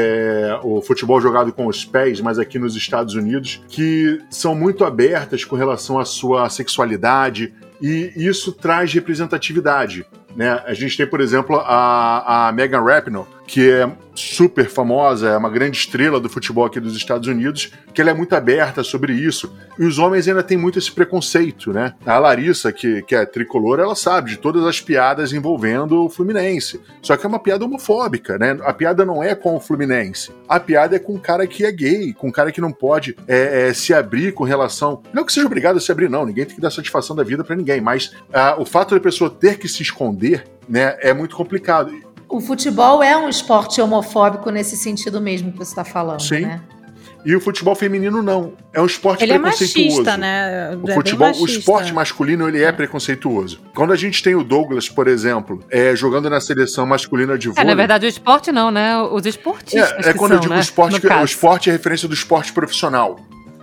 é, o futebol jogado com os pés, mas aqui nos Estados Unidos, que são muito abertas com relação à sua sexualidade, e isso traz representatividade, né? A gente tem, por exemplo, a, a Megan Rapinoe, que é super famosa, é uma grande estrela do futebol aqui dos Estados Unidos, que ela é muito aberta sobre isso. E os homens ainda têm muito esse preconceito, né? A Larissa, que, que é tricolor, ela sabe de todas as piadas envolvendo o Fluminense. Só que é uma piada homofóbica, né? A piada não é com o Fluminense. A piada é com um cara que é gay, com um cara que não pode é, é, se abrir com relação... Não que seja obrigado a se abrir, não. Ninguém tem que dar satisfação da vida pra ninguém. Mas ah, o fato da pessoa ter que se esconder, né, é muito complicado. O futebol é um esporte homofóbico nesse sentido mesmo que você está falando, Sim. né? E o futebol feminino não. É um esporte ele preconceituoso. Ele é machista, né? O é futebol, machista. O esporte masculino, ele é, é preconceituoso. Quando a gente tem o Douglas, por exemplo, é, jogando na seleção masculina de vôlei... É, na verdade, o esporte não, né? Os esportistas É, é que quando são, eu digo né? esporte, que, o caso. esporte é referência do esporte profissional.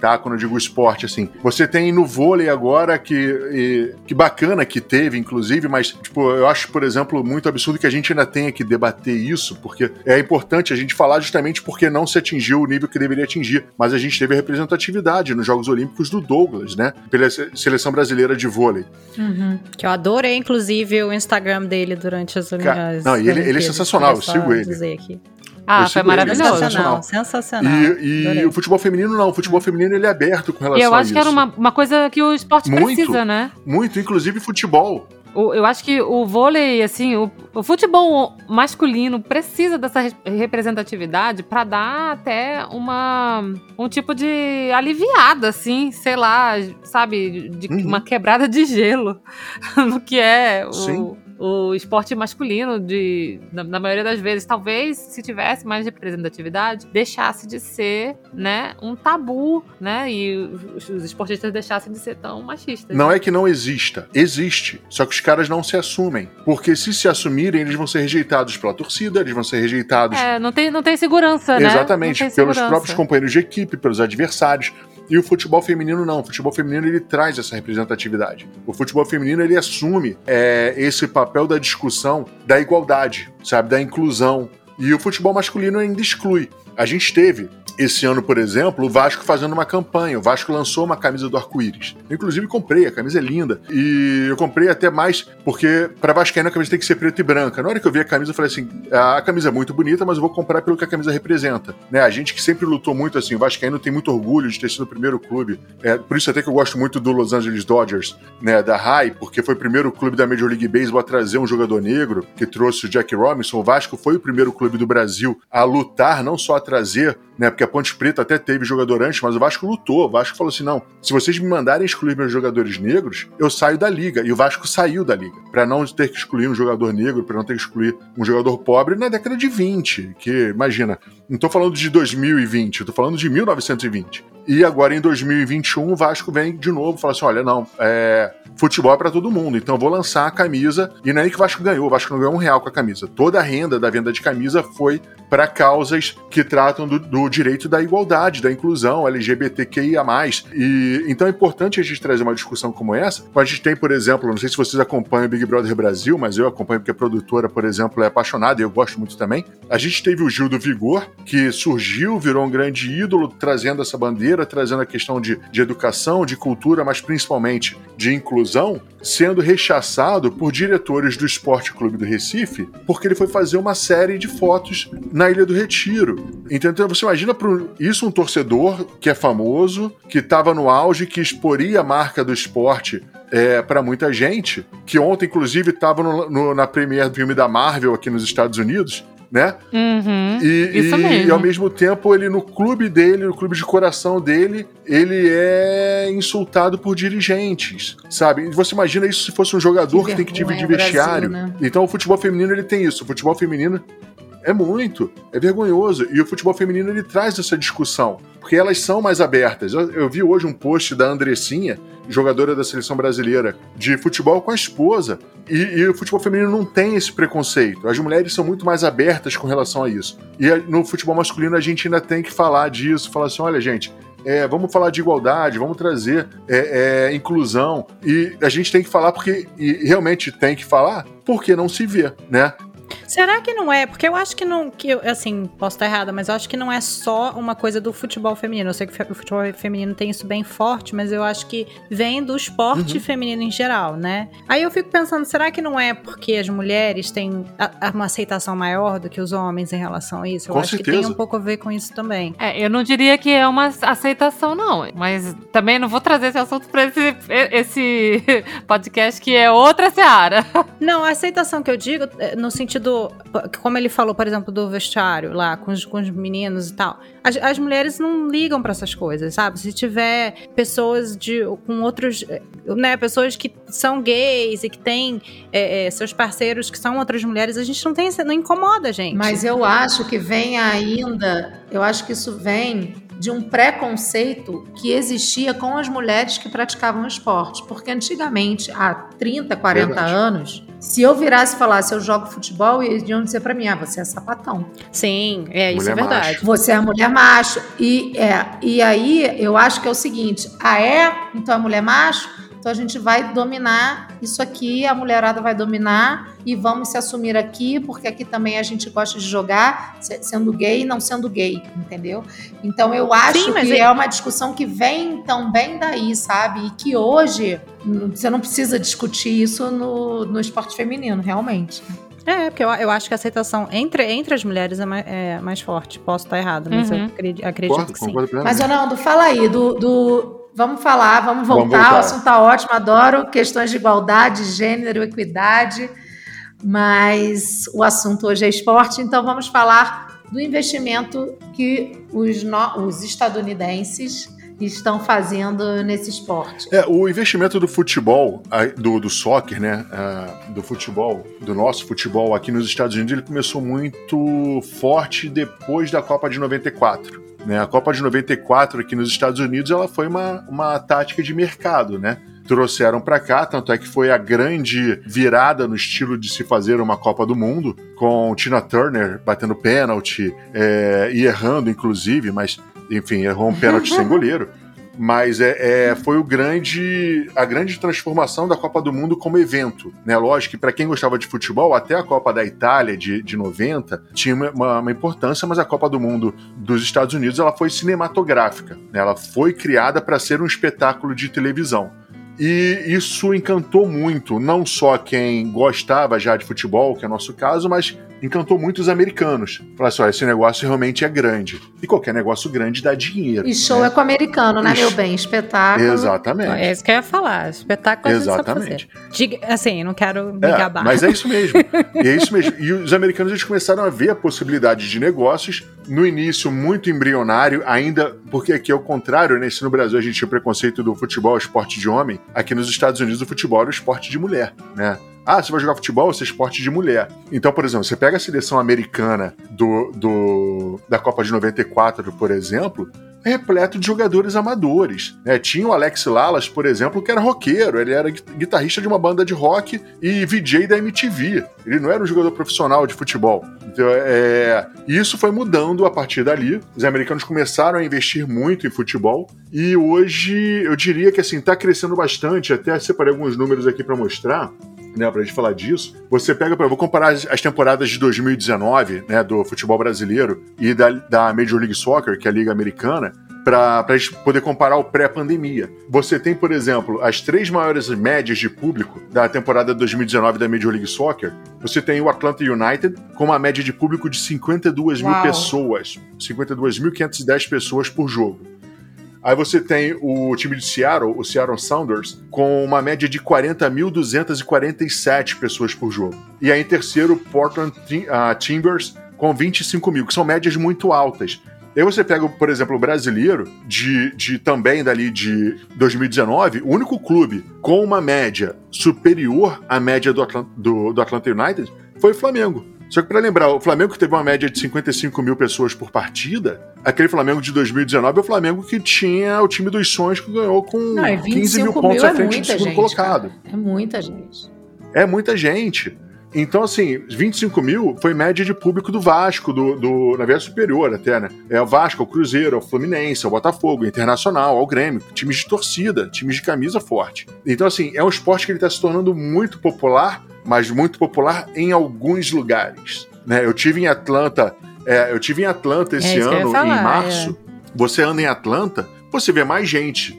tá? Quando eu digo esporte, assim. Você tem no vôlei agora, que, e, que bacana que teve, inclusive, mas, tipo, eu acho, por exemplo, muito absurdo que a gente ainda tenha que debater isso, porque é importante a gente falar justamente porque não se atingiu o nível que deveria atingir. Mas a gente teve a representatividade nos Jogos Olímpicos do Douglas, né? Pela seleção brasileira de vôlei. Uhum. Que eu adorei, inclusive, o Instagram dele durante as Olimpíadas. Não, e ele, ele é sensacional, eu sigo ele. Dizer aqui. Ah, foi maravilhoso. Sensacional, sensacional. E, e o futebol feminino não, o futebol feminino ele é aberto com relação a isso. E eu acho que era uma, uma coisa que o esporte muito, precisa, né? Muito, inclusive futebol. O, eu acho que o vôlei, assim, o, o futebol masculino precisa dessa re- representatividade para dar até uma, um tipo de aliviada, assim, sei lá, sabe, de uhum. uma quebrada de gelo no que é o... Sim. O esporte masculino, de, na, na maioria das vezes, talvez, se tivesse mais representatividade, deixasse de ser, né, um tabu, né, e os, os esportistas deixassem de ser tão machistas. Não é que não exista, existe, só que os caras não se assumem, porque se se assumirem, eles vão ser rejeitados pela torcida, eles vão ser rejeitados... É, não tem, não tem segurança, né? Exatamente, pelos segurança. próprios companheiros de equipe, pelos adversários. E o futebol feminino não. O futebol feminino ele traz essa representatividade. O futebol feminino ele assume é, esse papel da discussão da igualdade, sabe, da inclusão. E o futebol masculino ainda exclui. A gente teve esse ano, por exemplo, o Vasco fazendo uma campanha. O Vasco lançou uma camisa do arco-íris. Eu, inclusive, comprei. A camisa é linda. E eu comprei até mais porque, para vascaíno, a camisa tem que ser preta e branca. Na hora que eu vi a camisa, eu falei assim, a camisa é muito bonita, mas eu vou comprar pelo que a camisa representa. Né? A gente que sempre lutou muito assim, o vascaíno tem muito orgulho de ter sido o primeiro clube. É, por isso até que eu gosto muito do Los Angeles Dodgers, né, da High, porque foi o primeiro clube da Major League Baseball a trazer um jogador negro, que trouxe o Jack Robinson. O Vasco foi o primeiro clube do Brasil a lutar, não só a trazer, né, porque a Ponte Preta até teve jogador antes, mas o Vasco lutou. O Vasco falou assim, não, se vocês me mandarem excluir meus jogadores negros, eu saio da liga. E o Vasco saiu da liga, para não ter que excluir um jogador negro, para não ter que excluir um jogador pobre na década de vinte, que, imagina, não tô falando de dois mil e vinte, eu tô falando de mil novecentos e vinte. E agora, em dois mil e vinte e um, o Vasco vem de novo e fala assim, olha, não, é, futebol é pra todo mundo, então eu vou lançar a camisa. E não é aí que o Vasco ganhou, o Vasco não ganhou um real com a camisa. Toda a renda da venda de camisa foi para causas que tratam do, do direito da igualdade, da inclusão, L G B T Q I A mais. E então é importante a gente trazer uma discussão como essa. A gente tem, por exemplo, não sei se vocês acompanham o Big Brother Brasil, mas eu acompanho porque a produtora, por exemplo, é apaixonada e eu gosto muito também. A gente teve o Gil do Vigor, que surgiu, virou um grande ídolo, trazendo essa bandeira, trazendo a questão de, de educação, de cultura, mas principalmente de inclusão, sendo rechaçado por diretores do Esporte Clube do Recife, porque ele foi fazer uma série de fotos na Ilha do Retiro. Então você imagina pro, isso um torcedor que é famoso, que estava no auge, que exporia a marca do esporte é, para muita gente, que ontem inclusive estava no, no, na premiere do filme da Marvel aqui nos Estados Unidos, né? Uhum, e, isso e, mesmo. e ao mesmo tempo ele no clube dele, no clube de coração dele, ele é insultado por dirigentes, sabe? E você imagina isso se fosse um jogador que, que tem que dividir vestiário. Brasil, né? Então o futebol feminino ele tem isso, o futebol feminino é muito, é vergonhoso. E o futebol feminino ele traz essa discussão, porque elas são mais abertas. Eu, eu vi hoje um post da Andressinha, jogadora da seleção brasileira de futebol, com a esposa. E, e o futebol feminino não tem esse preconceito. As mulheres são muito mais abertas com relação a isso. E no futebol masculino a gente ainda tem que falar disso, falar assim, olha gente, É, vamos falar de igualdade, vamos trazer é, é, inclusão. E a gente tem que falar porque, e realmente tem que falar, porque não se vê, né? Será que não é? Porque eu acho que não, que eu, assim, posso estar errada, mas eu acho que não é só uma coisa do futebol feminino. Eu sei que o futebol feminino tem isso bem forte, mas eu acho que vem do esporte uhum. feminino em geral, né? Aí eu fico pensando, será que não é porque as mulheres têm a, a uma aceitação maior do que os homens em relação a isso? Eu com acho certeza. que tem um pouco a ver com isso também. É, eu não diria que é uma aceitação, não. Mas também não vou trazer esse assunto para esse, esse podcast que é outra seara. Não, a aceitação que eu digo, no sentido do, como ele falou, por exemplo, do vestiário lá, com os, com os meninos e tal. As, as mulheres não ligam pra essas coisas, sabe? Se tiver pessoas de, com outros, né, pessoas que são gays e que têm é, é, seus parceiros que são outras mulheres, a gente não tem, não incomoda a gente. Mas eu acho que vem ainda, eu acho que isso vem de um preconceito que existia com as mulheres que praticavam esporte. Porque antigamente, há trinta, quarenta Verdade. anos, Se eu virasse e falasse, eu jogo futebol, eles iam dizer pra mim, ah, você é sapatão. Sim, é, isso Mulher é verdade. macho. Você é mulher macho. E, é, e aí, eu acho que é o seguinte, ah, é? Então é mulher macho? Então a gente vai dominar isso aqui, a mulherada vai dominar e vamos se assumir aqui, porque aqui também a gente gosta de jogar, sendo gay e não sendo gay, entendeu? Então eu acho Sim, mas que é- é uma discussão que vem também daí, sabe? E que hoje n- você não precisa discutir isso no, no esporte feminino, realmente. É, porque eu, eu acho que a aceitação entre, entre as mulheres é mais, é mais forte. Posso estar errado, mas Uhum. eu acredito, acredito Concordo, que sim. concordo plenamente. Mas, Ronaldo, fala aí do... do... Vamos falar, vamos voltar, Vamos voltar. o assunto tá ótimo, adoro questões de igualdade, gênero, equidade, mas o assunto hoje é esporte, então vamos falar do investimento que os, no- os estadunidenses estão fazendo nesse esporte. É, o investimento do futebol, ah, do, do soccer, né, ah, do futebol, do nosso futebol aqui nos Estados Unidos, ele começou muito forte depois da Copa de noventa e quatro. Né? A Copa de noventa e quatro aqui nos Estados Unidos, ela foi uma, uma tática de mercado, né? Trouxeram para cá, tanto é que foi a grande virada no estilo de se fazer uma Copa do Mundo, com Tina Turner batendo pênalti é, e errando, inclusive, mas, enfim, errou um pênalti sem goleiro. Mas é, é, foi o grande, a grande transformação da Copa do Mundo como evento. Né? Lógico que para quem gostava de futebol, até a Copa da Itália de, de noventa tinha uma, uma importância, mas a Copa do Mundo dos Estados Unidos ela foi cinematográfica. Né? Ela foi criada para ser um espetáculo de televisão. E isso encantou muito, não só quem gostava já de futebol, que é o nosso caso, mas encantou muito os americanos. Falaram assim, ó, esse negócio realmente é grande. E qualquer negócio grande dá dinheiro. E show né? é com o americano, né, Ixi. meu bem? Espetáculo. Exatamente. É isso que eu ia falar. Espetáculo a gente sabe Exatamente. fazer. Diga, assim, não quero me É, gabar. mas é isso mesmo. E é isso mesmo. E os americanos eles começaram a ver a possibilidade de negócios, no início muito embrionário, ainda porque aqui é o contrário, né? Se no Brasil a gente tinha o preconceito do futebol, esporte de homem, aqui nos Estados Unidos o futebol era o esporte de mulher, né? Ah, você vai jogar futebol, você é esporte de mulher. Então, por exemplo, você pega a seleção americana do, do, da Copa de noventa e quatro, por exemplo, é repleto de jogadores amadores. Né? Tinha o Alex Lalas, por exemplo, que era roqueiro, ele era guitarrista de uma banda de rock e V J da M T V. Ele não era um jogador profissional de futebol. Então, é... isso foi mudando a partir dali. Os americanos começaram a investir muito em futebol e hoje eu diria que assim, está crescendo bastante. Até separei alguns números aqui para mostrar. Né, pra gente falar disso, você pega, pra, vou comparar as, as temporadas de dois mil e dezenove, né, do futebol brasileiro e da, da Major League Soccer, que é a liga americana, para a gente poder comparar o pré-pandemia. Você tem, por exemplo, as três maiores médias de público da temporada de dois mil e dezenove da Major League Soccer. Você tem o Atlanta United com uma média de público de cinquenta e duas mil pessoas, cinquenta e duas mil quinhentas e dez pessoas por jogo. Aí você tem o time de Seattle, o Seattle Sounders, com uma média de quarenta mil duzentas e quarenta e sete pessoas por jogo. E aí em terceiro, Portland uh, Timbers, com vinte e cinco mil, que são médias muito altas. E aí você pega, por exemplo, o brasileiro, de, de também dali de dois mil e dezenove, o único clube com uma média superior à média do, Atlant- do, do Atlanta United foi o Flamengo. Só que para lembrar, o Flamengo que teve uma média de cinquenta e cinco mil pessoas por partida, aquele Flamengo de dois mil e dezenove é o Flamengo que tinha o time dos sonhos que ganhou com Não, e quinze mil vinte e cinco pontos mil à frente é do segundo muita gente, colocado. cara. É muita gente. É muita gente. Então, assim, vinte e cinco mil foi média de público do Vasco, do, do, na verdade superior até, né? É o Vasco, o Cruzeiro, o Fluminense, o Botafogo, o Internacional, o Grêmio, times de torcida, times de camisa forte. Então, assim, é um esporte que ele está se tornando muito popular, mas muito popular em alguns lugares. Né? Eu tive em Atlanta, é, eu tive em Atlanta esse É isso que eu ia ano, falar, em março. Você anda em Atlanta, você vê mais gente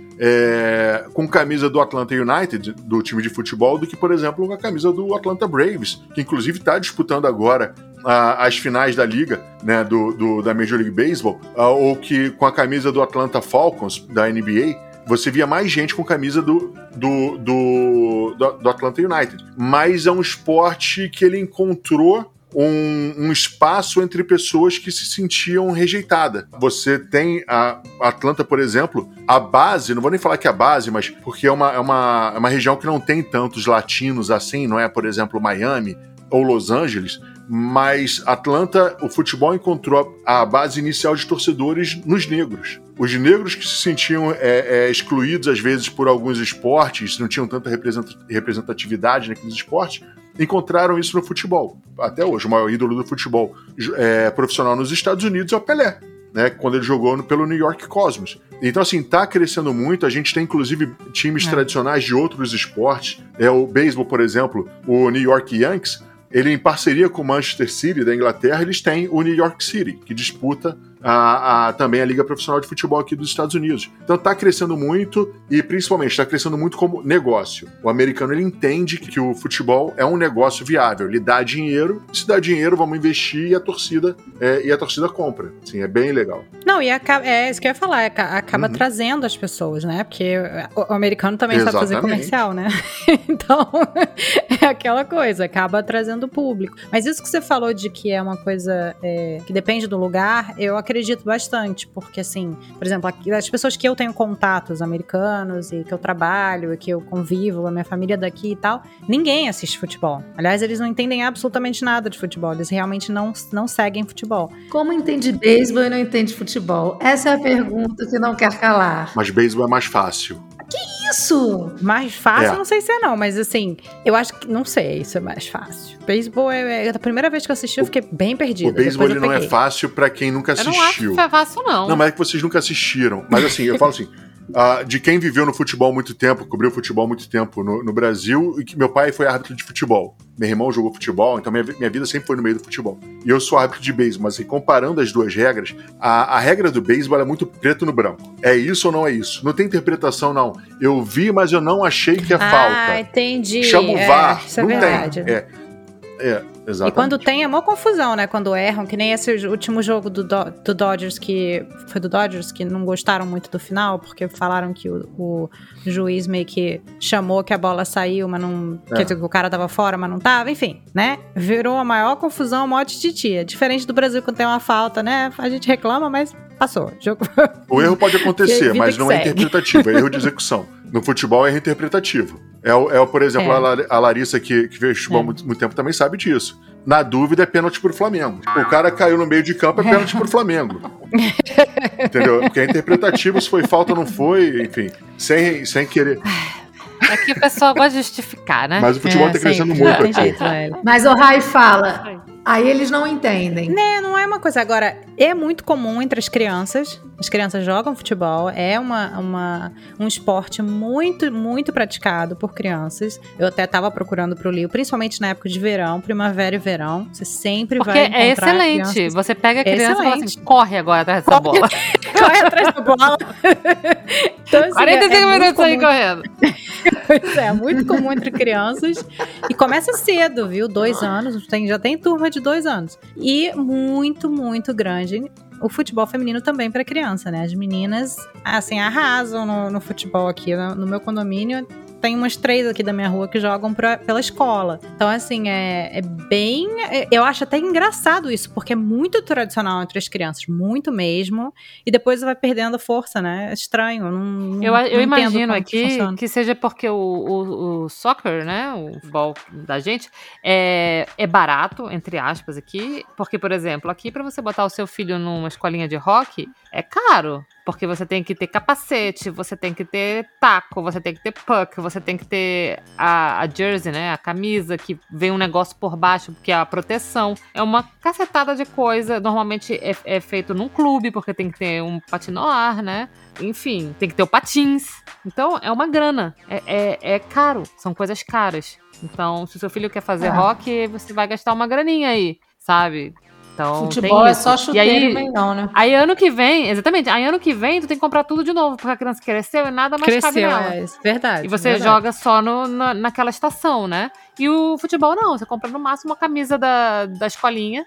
é, com camisa do Atlanta United, do time de futebol, do que, por exemplo, com a camisa do Atlanta Braves, que inclusive está disputando agora a, as finais da liga, né, do, do, da Major League Baseball, a, ou que com a camisa do Atlanta Falcons, da N B A, você via mais gente com camisa do, do, do, do, do Atlanta United. Mas é um esporte que ele encontrou Um, um espaço entre pessoas que se sentiam rejeitadas. Você tem a Atlanta, por exemplo, a base, não vou nem falar que é a base, mas porque é uma, é uma, é uma região que não tem tantos latinos assim, não é, por exemplo, Miami ou Los Angeles, mas Atlanta, o futebol encontrou a base inicial de torcedores nos negros. Os negros que se sentiam é, é, excluídos, às vezes, por alguns esportes, não tinham tanta representatividade naqueles esportes, encontraram isso no futebol. Até hoje, o maior ídolo do futebol é, profissional nos Estados Unidos é o Pelé, né, quando ele jogou no, pelo New York Cosmos. Então, assim, tá crescendo muito. A gente tem, inclusive, times é. tradicionais de outros esportes. É o beisebol, por exemplo, o New York Yankees, ele em parceria com o Manchester City da Inglaterra, eles têm o New York City, que disputa a, a, também a Liga Profissional de Futebol aqui dos Estados Unidos. Então tá crescendo muito e principalmente está crescendo muito como negócio. O americano ele entende que o futebol é um negócio viável, ele dá dinheiro, se dá dinheiro vamos investir e a torcida, é, e a torcida compra. Assim, é bem legal. Não, e acaba, é isso que eu ia falar, acaba uhum. trazendo as pessoas, né? Porque o americano também Exatamente. sabe fazer comercial, né? Então é aquela coisa, acaba trazendo o público. Mas isso que você falou de que é uma coisa é, que depende do lugar, eu acredito bastante, porque assim, por exemplo, as pessoas que eu tenho contatos americanos e que eu trabalho, e que eu convivo, a minha família daqui e tal, ninguém assiste futebol. Aliás, eles não entendem absolutamente nada de futebol, eles realmente não, não seguem futebol. Como entende beisebol e não entende futebol? Essa é a pergunta que não quer calar. Mas beisebol é mais fácil. Que isso? Mais fácil, É. não sei se é não, mas assim, eu acho que, não sei se é mais fácil. Beisebol é, é a primeira vez que eu assisti, eu fiquei bem perdida. O beisebol Depois ele eu não é peguei. fácil pra quem nunca Eu assistiu. não acho que foi fácil, não. Não, mas é que vocês nunca assistiram. Mas assim, eu falo assim, uh, de quem viveu no futebol há muito tempo, cobriu futebol há muito tempo no, no Brasil, e que meu pai foi árbitro de futebol. Meu irmão jogou futebol, então minha, minha vida sempre foi no meio do futebol. E eu sou árbitro de beisebol, mas assim, comparando as duas regras, a, a regra do beisebol é muito preto no branco. É isso ou não é isso? Não tem interpretação, não. Eu vi, mas eu não achei que é Ah, falta. entendi. Chama o É, V A R. isso é não verdade. tem. É, é, exatamente. E quando tem, é uma confusão, né? Quando erram, que nem esse último jogo do, Do- do Dodgers, que foi do Dodgers, que não gostaram muito do final, porque falaram que o, o juiz meio que chamou que a bola saiu, mas não... É. Quer dizer, que o cara tava fora, mas não tava, enfim, né? Virou a maior confusão, a maior tititia. Diferente do Brasil, quando tem uma falta, né? A gente reclama, mas passou. Jogo... O erro pode acontecer, Vida mas que não é segue. interpretativo, é erro de execução. No futebol é erro interpretativo. É, o- é o, por exemplo, É. a La- a Larissa, que, que fez futebol há É. muito, muito tempo, também sabe disso. Na dúvida, é pênalti pro Flamengo. O cara caiu no meio de campo, é pênalti pro Flamengo. Entendeu? Porque é interpretativo, se foi falta ou não foi, enfim, sem, sem querer. Aqui o pessoal gosta de justificar, né? Mas o futebol É, tá crescendo sempre, muito não tem aqui. jeito, velho. Mas o Rai fala, aí eles não entendem. Né, não é uma coisa. Agora, é muito comum entre as crianças. As crianças jogam futebol. É uma, uma, um esporte muito, muito praticado por crianças. Eu até tava procurando pro Lio, principalmente na época de verão, primavera e verão. Você sempre Porque vai é encontrar excelente. crianças- Você pega a criança e fala Excelente. assim, corre agora atrás dessa bola. Corre atrás da bola. Então, assim, quarenta e cinco é muito minutos aí comum. correndo. Pois é, muito comum entre crianças. E começa cedo, viu? Dois anos. Tem, já tem turma de dois anos. E muito, muito grande o futebol feminino também para criança, né? As meninas, assim, arrasam no, no futebol aqui. No, no meu condomínio, tem umas três aqui da minha rua que jogam pra, pela escola. Então, assim, é, é bem... é- eu acho até engraçado isso, porque é muito tradicional entre as crianças, muito mesmo. E depois vai perdendo força, né? É estranho. Não, não- Eu, não eu entendo imagino como aqui funciona. que seja porque o, o, o soccer, né, o futebol da gente, é, é barato, entre aspas, aqui. Porque, por exemplo, aqui pra você botar o seu filho numa escolinha de rock, é caro. Porque você tem que ter capacete, você tem que ter taco, você tem que ter puck, você tem que ter a, a jersey, né, a camisa, que vem um negócio por baixo, que é a proteção. É uma cacetada de coisa. Normalmente é, é feito num clube, porque tem que ter um patinoar, né? Enfim, tem que ter o patins. Então, é uma grana. É, é, é caro. São coisas caras. Então, se o seu filho quer fazer É. rock, você vai gastar uma graninha aí, sabe? Então, Futebol tem é isso. só E chuteiro e aí, meião, né? aí ano que vem, exatamente, aí ano que vem tu tem que comprar tudo de novo, porque a criança cresceu e nada mais cabe Cresceu, nela. é isso, verdade. E você verdade. joga só no, na, naquela estação, né? E o futebol não, você compra no máximo uma camisa da, da escolinha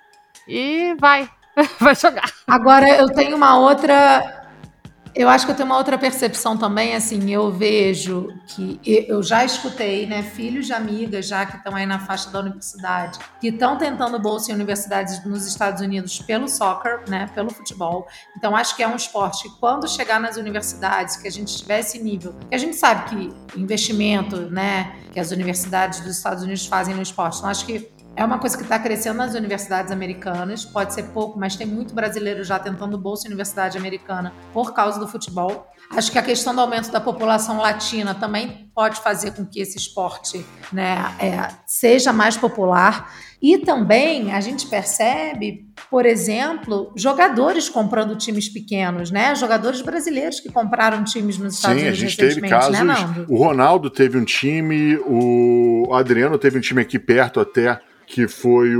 e vai, vai jogar. Agora, eu tenho uma outra... Eu acho que eu tenho uma outra percepção também, assim, eu vejo que eu já escutei, né, filhos de amigas já que estão aí na faixa da universidade, que estão tentando bolsa em universidades nos Estados Unidos pelo soccer, né, pelo futebol. Então, acho que é um esporte que quando chegar nas universidades, que a gente tiver esse nível, que a gente sabe que investimento, né, que as universidades dos Estados Unidos fazem no esporte, então acho que é uma coisa que está crescendo nas universidades americanas, pode ser pouco, mas tem muito brasileiro já tentando bolsa em universidade americana por causa do futebol. Acho que a questão do aumento da população latina também pode fazer com que esse esporte, né, é, seja mais popular. E também a gente percebe, por exemplo, jogadores comprando times pequenos, né? Jogadores brasileiros que compraram times nos Estados Sim, Unidos a gente teve recentemente, casos. né, Nando? O Ronaldo teve um time, o Adriano teve um time aqui perto até, que foi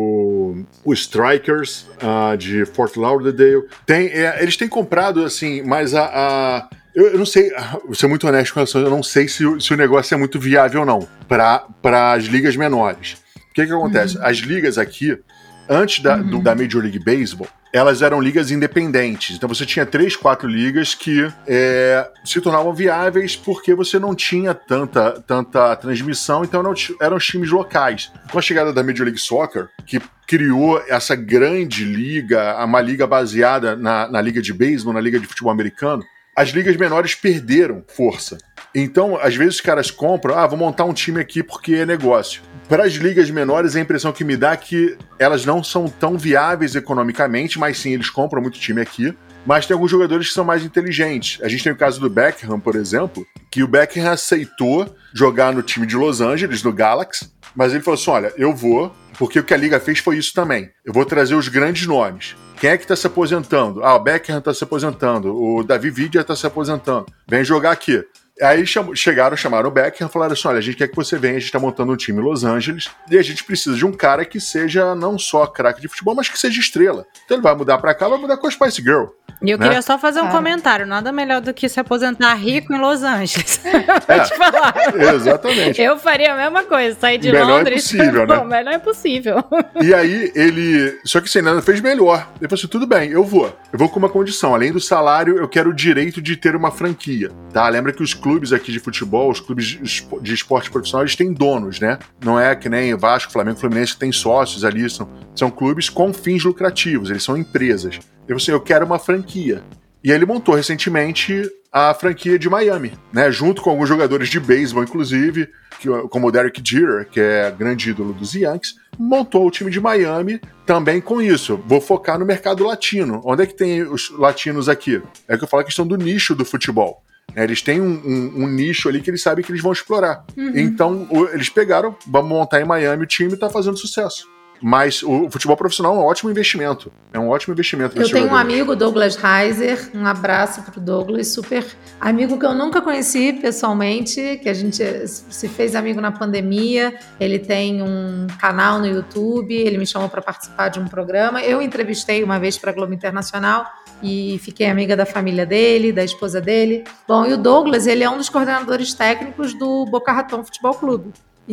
o, o Strikers, uh, de Fort Lauderdale. Tem, é, eles têm comprado, assim, mas a... a eu, eu não sei, vou ser muito honesto com relação, eu não sei se, se o negócio é muito viável ou não, para as ligas menores. O que que acontece? Uhum. As ligas aqui, antes da, uhum. do, da Major League Baseball, elas eram ligas independentes. Então você tinha três, quatro ligas que é, se tornavam viáveis porque você não tinha tanta, tanta transmissão, então eram, eram os times locais. Com a chegada da Major League Soccer, que criou essa grande liga, uma liga baseada na, na liga de beisebol, na liga de futebol americano, as ligas menores perderam força. Então, às vezes os caras compram, ah, vou montar um time aqui porque é negócio. Para as ligas menores, a impressão que me dá é que elas não são tão viáveis economicamente, mas sim, eles compram muito time aqui. Mas tem alguns jogadores que são mais inteligentes. A gente tem o caso do Beckham, por exemplo, que o Beckham aceitou jogar no time de Los Angeles, no Galaxy, mas ele falou assim, olha, eu vou, porque o que a liga fez foi isso também. Eu vou trazer os grandes nomes. Quem é que está se aposentando? Ah, o Beckham está se aposentando, o Davi Villa está se aposentando. Vem jogar aqui. Aí chegaram, chamaram o Beckham e falaram assim, olha, a gente quer que você venha, a gente está montando um time em Los Angeles e a gente precisa de um cara que seja não só craque de futebol, mas que seja estrela. Então ele vai mudar para cá, vai mudar com a Spice Girl. E eu né? queria só fazer um Cara. comentário, nada melhor do que se aposentar rico em Los Angeles. É, Vou te falar. Exatamente. Eu faria a mesma coisa, sair de Melhor Londres. é impossível, né? Bom, melhor é impossível. E aí ele... Só que assim, ele fez melhor. Ele falou assim, tudo bem, eu vou. Eu vou com uma condição. Além do salário, eu quero o direito de ter uma franquia. Tá? Lembra que os clubes aqui de futebol, os clubes de esporte profissional, eles têm donos, né? Não é que nem Vasco, Flamengo, Fluminense, que tem sócios ali. São, são clubes com fins lucrativos, eles são empresas. Eu assim, eu quero uma franquia. E aí ele montou recentemente a franquia de Miami, né? Junto com alguns jogadores de beisebol, inclusive, que, como o Derek Jeter, que é grande ídolo dos Yankees, montou o time de Miami também com isso. Vou focar no mercado latino. Onde é que tem os latinos aqui? É que eu falo a questão do nicho do futebol. Eles têm um, um, um nicho ali que eles sabem que eles vão explorar. Uhum. Então, o, eles pegaram, vamos montar em Miami, o time está fazendo sucesso. Mas o futebol profissional é um ótimo investimento. É um ótimo investimento. Eu tenho um amigo, Douglas Heiser, um abraço pro Douglas, super amigo que eu nunca conheci pessoalmente, que a gente se fez amigo na pandemia. Ele tem um canal no YouTube, ele me chamou para participar de um programa. Eu entrevistei uma vez para a Globo Internacional e fiquei amiga da família dele, da esposa dele. Bom, e o Douglas, ele é um dos coordenadores técnicos do Boca Raton Futebol Clube.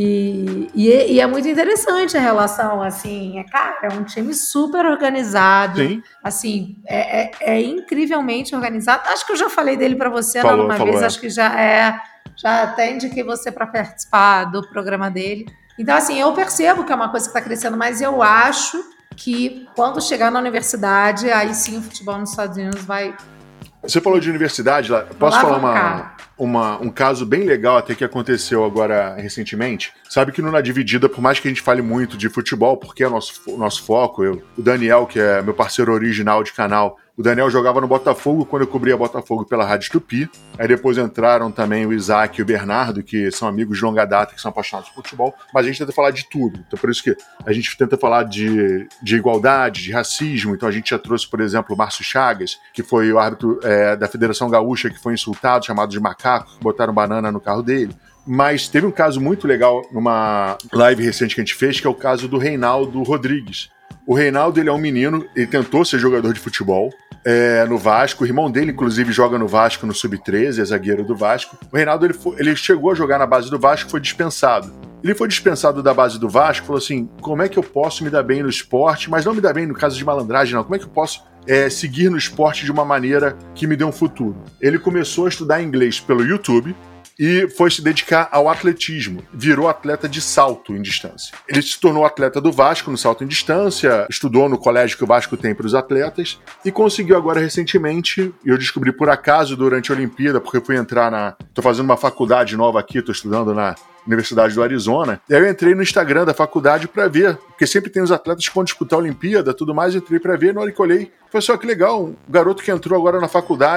E, e, e é muito interessante a relação, assim, é, cara, é um time super organizado. Sim. Assim, é, é, é incrivelmente organizado. Acho que eu já falei dele para você falou, uma falou, vez, é. acho que já é, já até indiquei você para participar do programa dele. Então, assim, eu percebo que é uma coisa que está crescendo, mas eu acho que quando chegar na universidade, aí sim o futebol nos Estados Unidos vai... Você falou de universidade, lá, posso falar uma, uma, um caso bem legal até que aconteceu agora recentemente? Sabe que no Na Dividida, por mais que a gente fale muito de futebol, porque é o nosso, o nosso foco, eu, o Daniel, que é meu parceiro original de canal, o Daniel jogava no Botafogo quando eu cobria Botafogo pela Rádio Tupi. Aí depois entraram também o Isaac e o Bernardo, que são amigos de longa data, que são apaixonados por futebol. Mas a gente tenta falar de tudo. Então por isso que a gente tenta falar de, de igualdade, de racismo. Então a gente já trouxe, por exemplo, o Márcio Chagas, que foi o árbitro é, da Federação Gaúcha, que foi insultado, chamado de macaco, que botaram banana no carro dele. Mas teve um caso muito legal numa live recente que a gente fez, que é o caso do Reinaldo Rodrigues. O Reinaldo, ele é um menino, ele tentou ser jogador de futebol é, no Vasco, o irmão dele, inclusive, joga no Vasco no sub treze, é zagueiro do Vasco. O Reinaldo, ele, foi, ele chegou a jogar na base do Vasco e foi dispensado. Ele foi dispensado da base do Vasco, falou assim, como é que eu posso me dar bem no esporte, mas não me dar bem no caso de malandragem, não, como é que eu posso é, seguir no esporte de uma maneira que me dê um futuro? Ele começou a estudar inglês pelo YouTube, e foi se dedicar ao atletismo. Virou atleta de salto em distância. Ele se tornou atleta do Vasco no salto em distância, estudou no colégio que o Vasco tem para os atletas e conseguiu agora recentemente, e eu descobri por acaso durante a Olimpíada, porque eu fui entrar na... Estou fazendo uma faculdade nova aqui, estou estudando na Universidade do Arizona. E aí eu entrei no Instagram da faculdade para ver, porque sempre tem os atletas que vão disputar a Olimpíada, tudo mais, eu entrei para ver, na hora que eu olhei, falei assim, ó, que legal, um garoto que entrou agora na faculdade,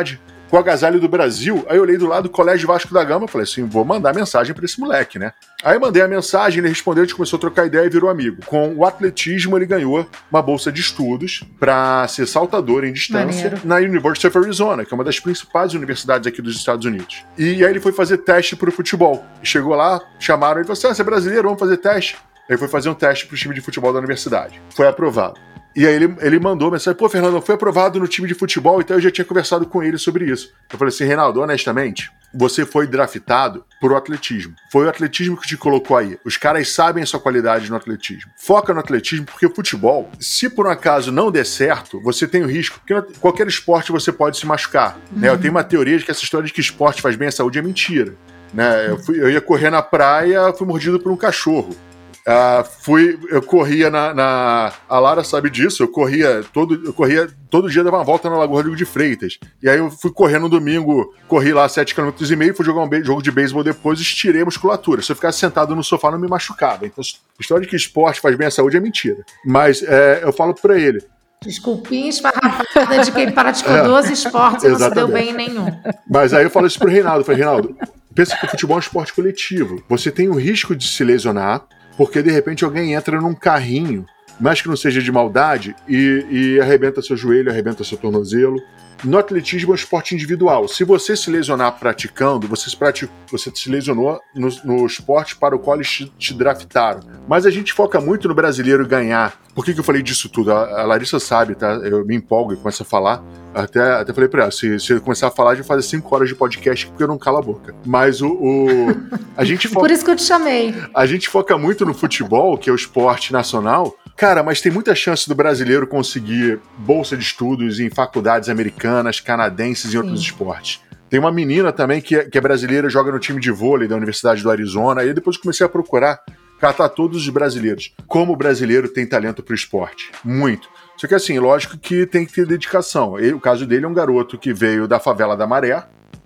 com o agasalho do Brasil. Aí eu olhei do lado do Colégio Vasco da Gama, falei assim, vou mandar mensagem pra esse moleque, né? Aí eu mandei a mensagem, ele respondeu, a gente começou a trocar ideia e virou amigo. Com o atletismo, ele ganhou uma bolsa de estudos pra ser saltador em distância Maneiro. na University of Arizona, que é uma das principais universidades aqui dos Estados Unidos. E aí ele foi fazer teste pro futebol. Chegou lá, chamaram ele e falou assim, ah, você é brasileiro, vamos fazer teste? Aí foi fazer um teste pro time de futebol da universidade. Foi aprovado. E aí ele, ele mandou mensagem, pô, Fernando, foi aprovado no time de futebol, então eu já tinha conversado com ele sobre isso. Eu falei assim, Reinaldo, honestamente, você foi draftado por o atletismo. Foi o atletismo que te colocou aí. Os caras sabem a sua qualidade no atletismo. Foca no atletismo, porque o futebol, se por um acaso não der certo, você tem o risco, porque qualquer esporte você pode se machucar. Uhum. Né? Eu tenho uma teoria de que essa história de que esporte faz bem à saúde é mentira. Né? Eu, fui, eu ia correr na praia, fui mordido por um cachorro. Uh, fui, eu corria na, na... A Lara sabe disso, eu corria todo, eu corria todo dia, dava uma volta na Lagoa Rodrigo de Freitas. E aí eu fui correr no domingo, corri lá sete vírgula cinco quilômetros, fui jogar um be- jogo de beisebol depois, estirei a musculatura. Se eu ficasse sentado no sofá, não me machucava. Então, a história de que esporte faz bem à saúde é mentira. Mas é, eu falo pra ele... Desculpinha esfarrapada de quem praticou doze esportes e não se deu bem em nenhum. Mas aí eu falo isso pro Reinaldo, eu falei, Reinaldo, pensa que o futebol é um esporte coletivo. Você tem o risco de se lesionar, porque de repente alguém entra num carrinho, mais que não seja de maldade, e, e arrebenta seu joelho, arrebenta seu tornozelo. No atletismo é um esporte individual. Se você se lesionar praticando, você se, pratic... você se lesionou no, no esporte para o qual eles te, te draftaram. Mas a gente foca muito no brasileiro ganhar. Por que, que eu falei disso tudo? A, a Larissa sabe, tá? Eu me empolgo e começo a falar. Até, até falei pra ela, se, se eu começar a falar, a gente vai fazer cinco horas de podcast porque eu não calo a boca. Mas o... o a gente foca, por isso que eu te chamei. A gente foca muito no futebol, que é o esporte nacional. Cara, mas tem muita chance do brasileiro conseguir bolsa de estudos em faculdades americanas, canadenses e outros esportes. Tem uma menina também que é, que é brasileira, joga no time de vôlei da Universidade do Arizona, e depois comecei a procurar, catar todos os brasileiros. Como o brasileiro tem talento pro esporte? Muito. Só que assim, lógico que tem que ter dedicação. Ele, o caso dele é um garoto que veio da favela da Maré,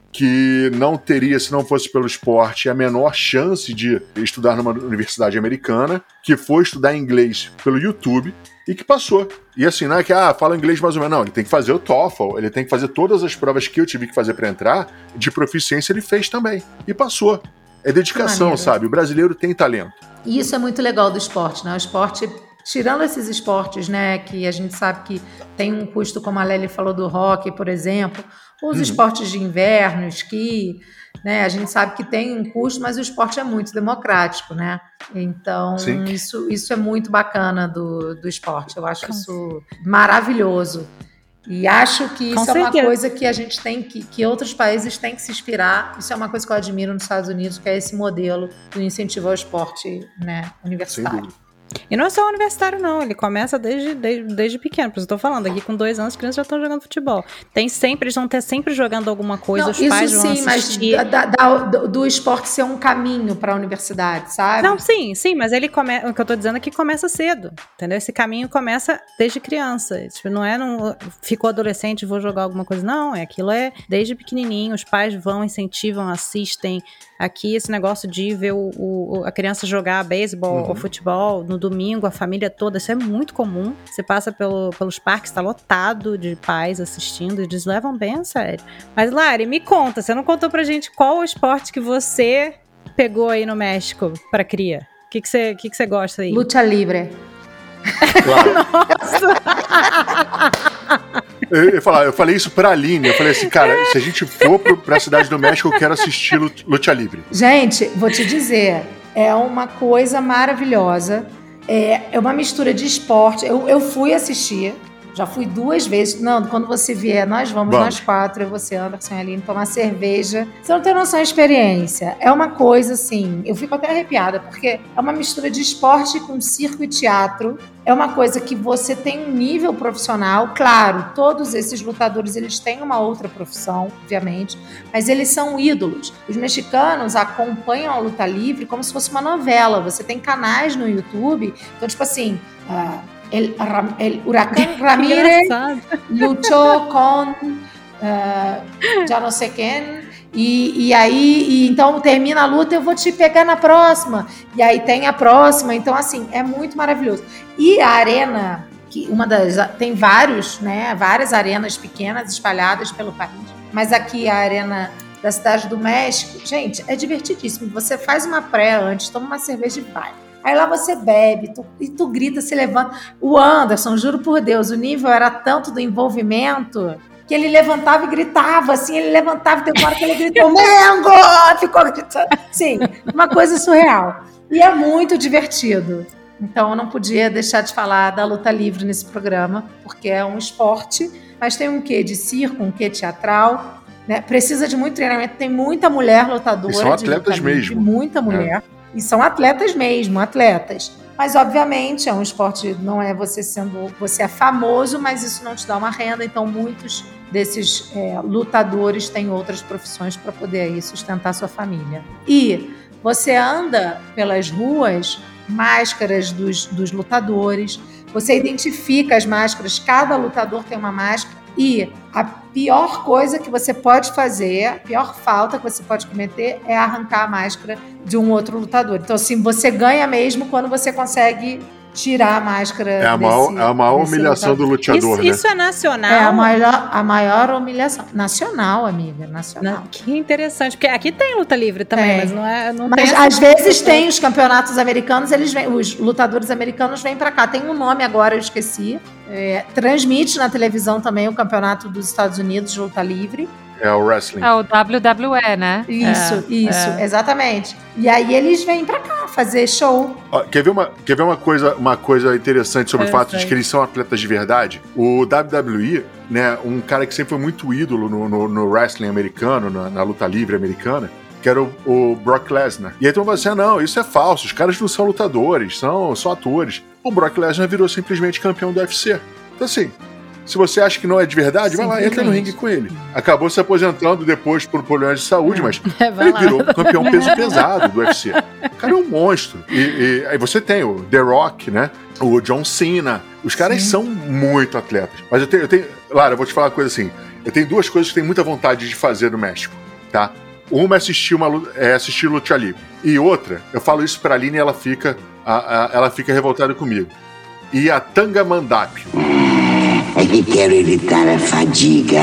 que não teria, se não fosse pelo esporte, a menor chance de estudar numa universidade americana, que foi estudar inglês pelo YouTube e que passou. E assim, não é que, ah, fala inglês mais ou menos, não, ele tem que fazer o TOEFL, ele tem que fazer todas as provas que eu tive que fazer para entrar, de proficiência ele fez também, e passou. É dedicação, sabe? O brasileiro tem talento. E isso é muito legal do esporte, né? O esporte... Tirando esses esportes, né, que a gente sabe que tem um custo, como a Lélia falou do hóquei, por exemplo, os uhum. esportes de inverno, esqui, né, a gente sabe que tem um custo, mas o esporte é muito democrático, né? Então, isso, isso é muito bacana do, do esporte. Eu acho isso maravilhoso. E acho que isso é uma coisa que a gente tem que, que outros países têm que se inspirar. Isso é uma coisa que eu admiro nos Estados Unidos, que é esse modelo do incentivo ao esporte, né, universitário. E não é só universitário, não. Ele começa desde, desde, desde pequeno. Por isso eu tô falando, aqui com dois anos, as crianças já estão jogando futebol. Tem sempre, eles vão ter sempre jogando alguma coisa, não, os pais isso vão sim, assistir. Mas da, da, do, do esporte ser um caminho para a universidade, sabe? Não, sim, sim, mas ele come... o que eu tô dizendo é que começa cedo, entendeu? Esse caminho começa desde criança. Tipo, não é, não ficou adolescente, vou jogar alguma coisa. Não, é aquilo é desde pequenininho. Os pais vão, incentivam, assistem. Aqui, esse negócio de ver o, o, a criança jogar beisebol uhum. ou futebol no domingo, a família toda, isso é muito comum. Você passa pelo, pelos parques, tá lotado de pais assistindo, eles levam bem a sério. Mas, Lari, me conta, você não contou pra gente qual o esporte que você pegou aí no México pra cria? O que, que, você, que, que você gosta aí? Luta livre. Claro. Nossa! Eu, eu, falar, eu falei isso pra Aline, eu falei assim, cara, se a gente for pro, pra cidade do México, eu quero assistir Luta Livre. Gente, vou te dizer, é uma coisa maravilhosa, é, é uma mistura de esporte, eu, eu fui assistir, já fui duas vezes, não, quando você vier, nós vamos, vamos. nós quatro, eu, você, Anderson e Aline, tomar cerveja, você não tem noção da experiência, é uma coisa assim, eu fico até arrepiada, porque é uma mistura de esporte com circo e teatro. É uma coisa que você tem um nível profissional, claro, todos esses lutadores, eles têm uma outra profissão, obviamente, mas eles são ídolos. Os mexicanos acompanham a luta livre como se fosse uma novela. Você tem canais no YouTube, então, tipo assim, uh, el, el Huracán Ramírez lutou com uh, já não sei quem, E, e aí, e então termina a luta, eu vou te pegar na próxima. E aí tem a próxima. Então, assim, é muito maravilhoso. E a arena, que uma das, tem vários, né? Várias arenas pequenas espalhadas pelo país. mas aqui a Arena da Cidade do México, gente, é divertidíssimo. Você faz uma pré antes, toma uma cerveja e vai. Aí lá você bebe tu, e tu grita, se levanta. O Anderson, juro por Deus, o nível era tanto do envolvimento que ele levantava e gritava, assim, ele levantava, tem uma hora que ele gritou, Mengo! Ficou gritando, sim, uma coisa surreal. E é muito divertido. Então eu não podia deixar de falar da luta livre nesse programa, porque é um esporte, mas tem um quê de circo, um quê teatral, né? Precisa de muito treinamento, tem muita mulher lutadora. E são atletas de luta livre, mesmo. muita mulher. É. E são atletas mesmo, atletas. Mas, obviamente, é um esporte, não é você sendo... Você é famoso, mas isso não te dá uma renda. Então, muitos desses é, lutadores têm outras profissões para poder aí sustentar sua família. E você anda pelas ruas, máscaras dos, dos lutadores, você identifica as máscaras, cada lutador tem uma máscara. E a pior coisa que você pode fazer, a pior falta que você pode cometer é arrancar a máscara de um outro lutador. Então, assim, você ganha mesmo quando você consegue tirar a máscara. É a desse, maior, é a maior humilhação lutador. do luteador, isso, né? Isso é nacional? É a maior, a maior humilhação. Nacional, amiga, nacional. Na, que interessante, porque aqui tem luta livre também, tem. mas não é... Não mas tem às essa... vezes tem os campeonatos americanos, eles vêm, os lutadores americanos vêm pra cá. Tem um nome agora, eu esqueci. É, transmite na televisão também o campeonato dos Estados Unidos de luta livre. É o wrestling. É o W W E, né? Isso, é, isso, é. exatamente. E aí eles vêm pra cá fazer show. Ó, quer ver uma, quer ver uma, coisa, uma coisa interessante sobre É, o fato sei. de que eles são atletas de verdade? O W W E, né, um cara que sempre foi muito ídolo no, no, no wrestling americano, na, na luta livre americana, que era o, o Brock Lesnar. E aí todo mundo assim, ah, não, isso é falso, os caras não são lutadores, são só atores. O Brock Lesnar virou simplesmente campeão do U F C. Então assim, se você acha que não é de verdade, vai lá, entra no ringue com ele. Acabou se aposentando depois por problemas de saúde, mas É, ele lá. virou campeão peso pesado do U F C. O cara é um monstro. E, e aí você tem o The Rock, né? O John Cena. Os caras Sim. são muito atletas. Mas eu tenho, eu tenho... Lara, eu vou te falar uma coisa assim. Eu tenho duas coisas que eu tenho muita vontade de fazer no México, tá? Uma é assistir, uma, é assistir luta livre. E outra, eu falo isso pra Aline e ela fica, a, a, ela fica revoltada comigo. E a Tangamandapio. É que quero evitar a fadiga.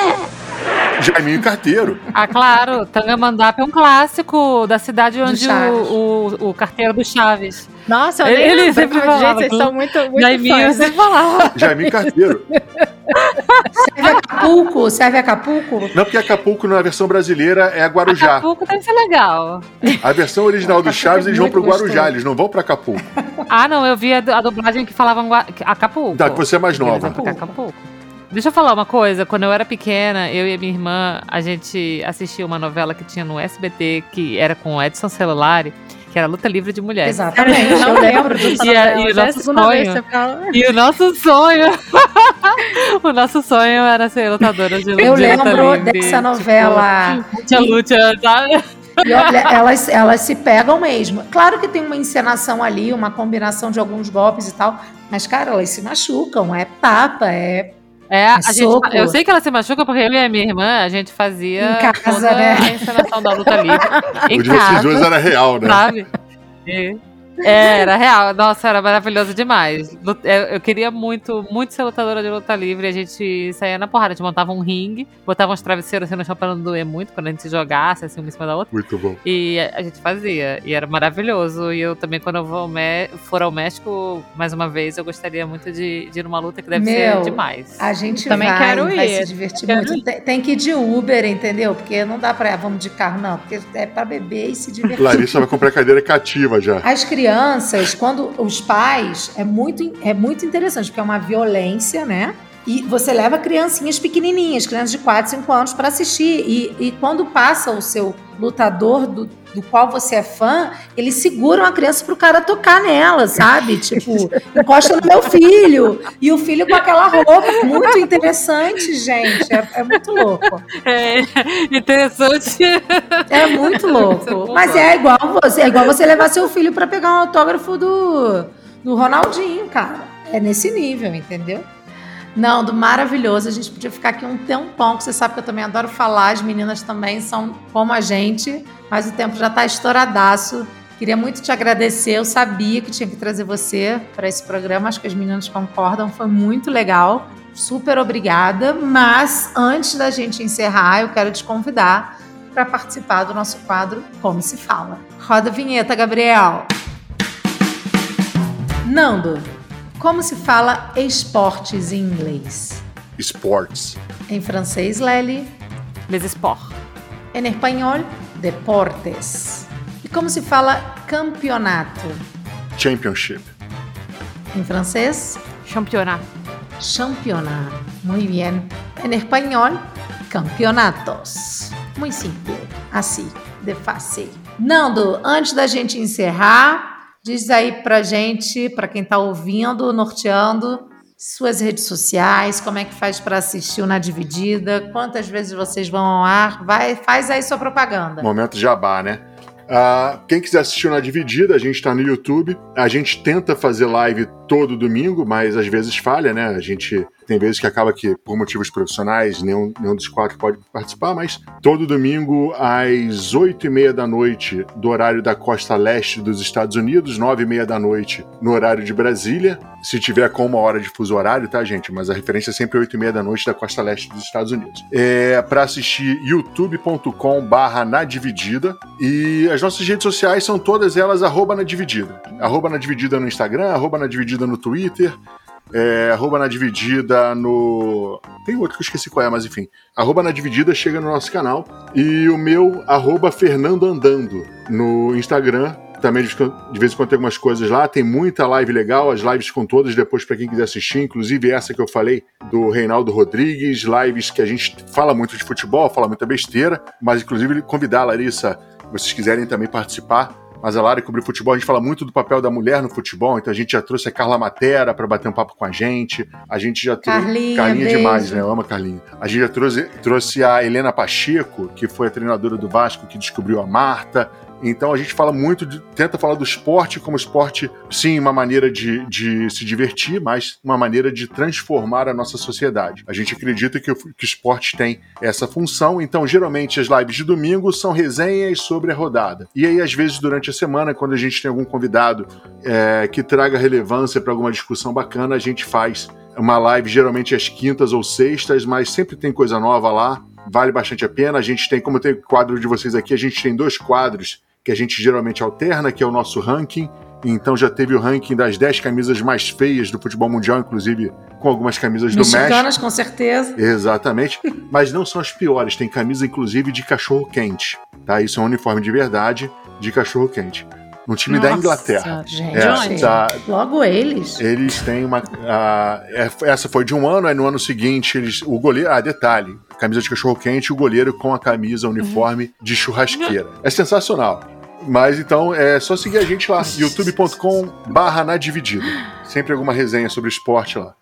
Jaiminho Carteiro. Ah, claro, Tangamandap é um clássico da cidade onde Chaves. o, o, o carteiro do Chaves. Nossa, eu nem Ele lembro, sempre gente, falava vocês com- são muito, muito Jaiminho fãs. sempre falava. Jaiminho Carteiro. Serve Acapulco? Serve Acapulco? Não, porque Acapulco, na versão brasileira, é a Guarujá. Acapulco deve ser legal. A versão original do Chaves, eles vão Muito pro Guarujá, gostoso. eles não vão pra Acapulco. Ah, não, eu vi a, a dublagem que falavam Gua- Acapulco. Tá, que você é mais Eles nova. vão pra Acapulco. Deixa eu falar uma coisa. Quando eu era pequena, eu e a minha irmã, a gente assistia uma novela que tinha no S B T, que era com o Edson Celulari, que era Luta Livre de Mulheres. Exatamente, eu lembro disso. E a- e o Já é a nosso segunda vez sonho- que você fala. E o nosso sonho... o nosso sonho era ser lutadora de, Eu de luta lembro livre. dessa novela. Luta, luta, sabe? E olha, elas, elas se pegam mesmo. Claro que tem uma encenação ali, uma combinação de alguns golpes e tal, mas, cara, elas se machucam, é tapa, é É, a gente, soco. eu sei que ela se machuca porque eu e a minha irmã, a gente fazia Em casa, toda né? a encenação da luta livre em O de vocês casa, dois era real, né? sabe? E- é, era real. Nossa, era maravilhoso demais. Lu- Eu, eu queria muito, muito ser lutadora de luta livre. A gente saía na porrada, a gente montava um ringue, botava uns travesseiros assim no chão pra não doer muito, quando a gente jogasse assim, uma em cima da outra. Muito bom. E a a gente fazia, e era maravilhoso. E eu também, quando eu vou ao Mé- for ao México, mais uma vez, eu gostaria muito de, de ir numa luta que deve Meu, ser demais. A gente Também vai, quero vai ir. se divertir Quero muito. ir. Tem, tem que ir de Uber, entendeu? Porque não dá pra vamos de carro, não. Porque é pra beber e se divertir. Larissa vai comprar cadeira cativa já. As crianças, quando os pais, é muito, é muito interessante, porque é uma violência, né? E você leva criancinhas pequenininhas, crianças de quatro, cinco anos, para assistir. E, e quando passa o seu lutador do, do qual você é fã, eles seguram a criança pro cara tocar nela, sabe? Tipo, encosta no meu filho. E o filho com aquela roupa. Muito interessante, gente. É, é muito louco. É interessante. É muito louco. Mas é igual você, é igual você levar seu filho para pegar um autógrafo do, do Ronaldinho, cara. É nesse nível, entendeu? Não, do maravilhoso. A gente podia ficar aqui um tempão, que você sabe que eu também adoro falar. As meninas também são como a gente, mas o tempo já tá estouradaço. Queria muito te agradecer. Eu sabia que tinha que trazer você para esse programa. Acho que as meninas concordam. Foi muito legal. super obrigada, mas antes da gente encerrar, eu quero te convidar para participar do nosso quadro Como Se Fala. Roda a vinheta, Gabriel. Nando, como se fala esportes em inglês? Sports. Em francês, Lely? Les sports. Em espanhol, deportes. E como se fala campeonato? Championship. Em francês, Championnat. championnat. Muy bien. En español, campeonatos. Muy simple. Assim, de fácil. Nando, antes da gente encerrar, diz aí pra gente, pra quem tá ouvindo, norteando, suas redes sociais, como é que faz para assistir o Na Dividida, quantas vezes vocês vão ao ar, vai, faz aí sua propaganda. Momento jabá, né? Uh, quem quiser assistir Na Dividida, a gente está no YouTube. A gente tenta fazer live todo domingo, mas às vezes falha, né? A gente tem vezes que acaba que, por motivos profissionais, nenhum, nenhum dos quatro pode participar, mas todo domingo às oito e meia da noite, do horário da costa leste dos Estados Unidos, nove e meia da noite no horário de Brasília. Se tiver com uma hora de fuso horário, tá, gente? Mas a referência é sempre oito e meia da noite da costa leste dos Estados Unidos. É para assistir youtube ponto com barra na dividida. E as nossas redes sociais são todas elas arroba na dividida. Arroba na dividida no Instagram, arroba na dividida no Twitter, é, arroba na dividida no... Tem outro que eu esqueci qual é, mas enfim. Arroba na dividida chega no nosso canal. E o meu, arroba Fernando Andando no Instagram. Também de vez em quando tem algumas coisas lá, tem muita live legal, as lives com todas depois para quem quiser assistir, inclusive essa que eu falei do Reinaldo Rodrigues, lives que a gente fala muito de futebol, fala muita besteira, mas inclusive convidar a Larissa, se vocês quiserem também participar, mas a Lara cobre futebol, a gente fala muito do papel da mulher no futebol, então a gente já trouxe a Carla Matera para bater um papo com a gente, a gente já trouxe... Carlinha, Carlinha beijo. demais, né? Eu amo a Carlinha. A gente já trouxe, trouxe a Helena Pacheco, que foi a treinadora do Vasco, que descobriu a Marta. Então a gente fala muito, de, tenta falar do esporte como esporte, sim, uma maneira de, de se divertir, mas uma maneira de transformar a nossa sociedade. A gente acredita que o, que o esporte tem essa função, então geralmente as lives de domingo são resenhas sobre a rodada. E aí às vezes durante a semana, quando a gente tem algum convidado é, que traga relevância para alguma discussão bacana, a gente faz uma live geralmente às quintas ou sextas, mas sempre tem coisa nova lá, vale bastante a pena. A gente tem, como tem o quadro de vocês aqui, a gente tem dois quadros que a gente geralmente alterna, que é o nosso ranking. Então já teve o ranking das dez camisas mais feias do futebol mundial, inclusive com algumas camisas do México. Mexicanas, com certeza. Exatamente. Mas não são as piores. Tem camisa, inclusive, de cachorro-quente. Tá? Isso é um uniforme de verdade de cachorro-quente. Um time Nossa, da Inglaterra. Gente, É, tá, logo eles. eles têm uma... a- é- essa foi de um ano, aí no ano seguinte, eles, o goleiro... Ah, detalhe. Camisa de cachorro-quente e o goleiro com a camisa, uniforme de churrasqueira. É sensacional. Mas então é só seguir a gente lá, youtube ponto com barra na dividida. Sempre alguma resenha sobre esporte lá.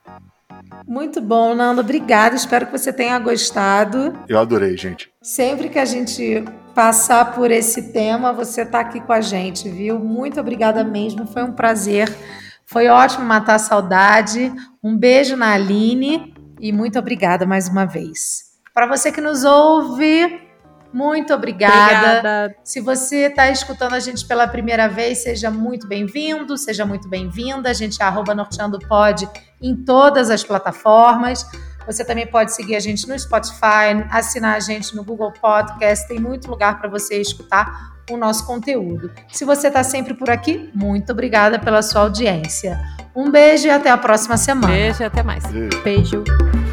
Muito bom, Nando. Obrigada. Espero que você tenha gostado. Eu adorei, gente. Sempre que a gente passar por esse tema, você está aqui com a gente, viu? Muito obrigada mesmo. Foi um prazer. Foi ótimo matar a saudade. Um beijo na Aline e muito obrigada mais uma vez. Para você que nos ouve, muito obrigada. Obrigada. Se você está escutando a gente pela primeira vez, seja muito bem-vindo, seja muito bem-vinda. A gente é arroba Norteando Pod em todas as plataformas. Você também pode seguir a gente no Spotify, assinar a gente no Google Podcast. Tem muito lugar para você escutar o nosso conteúdo. Se você está sempre por aqui, muito obrigada pela sua audiência. Um beijo e até a próxima semana. Beijo e até mais. Beijo.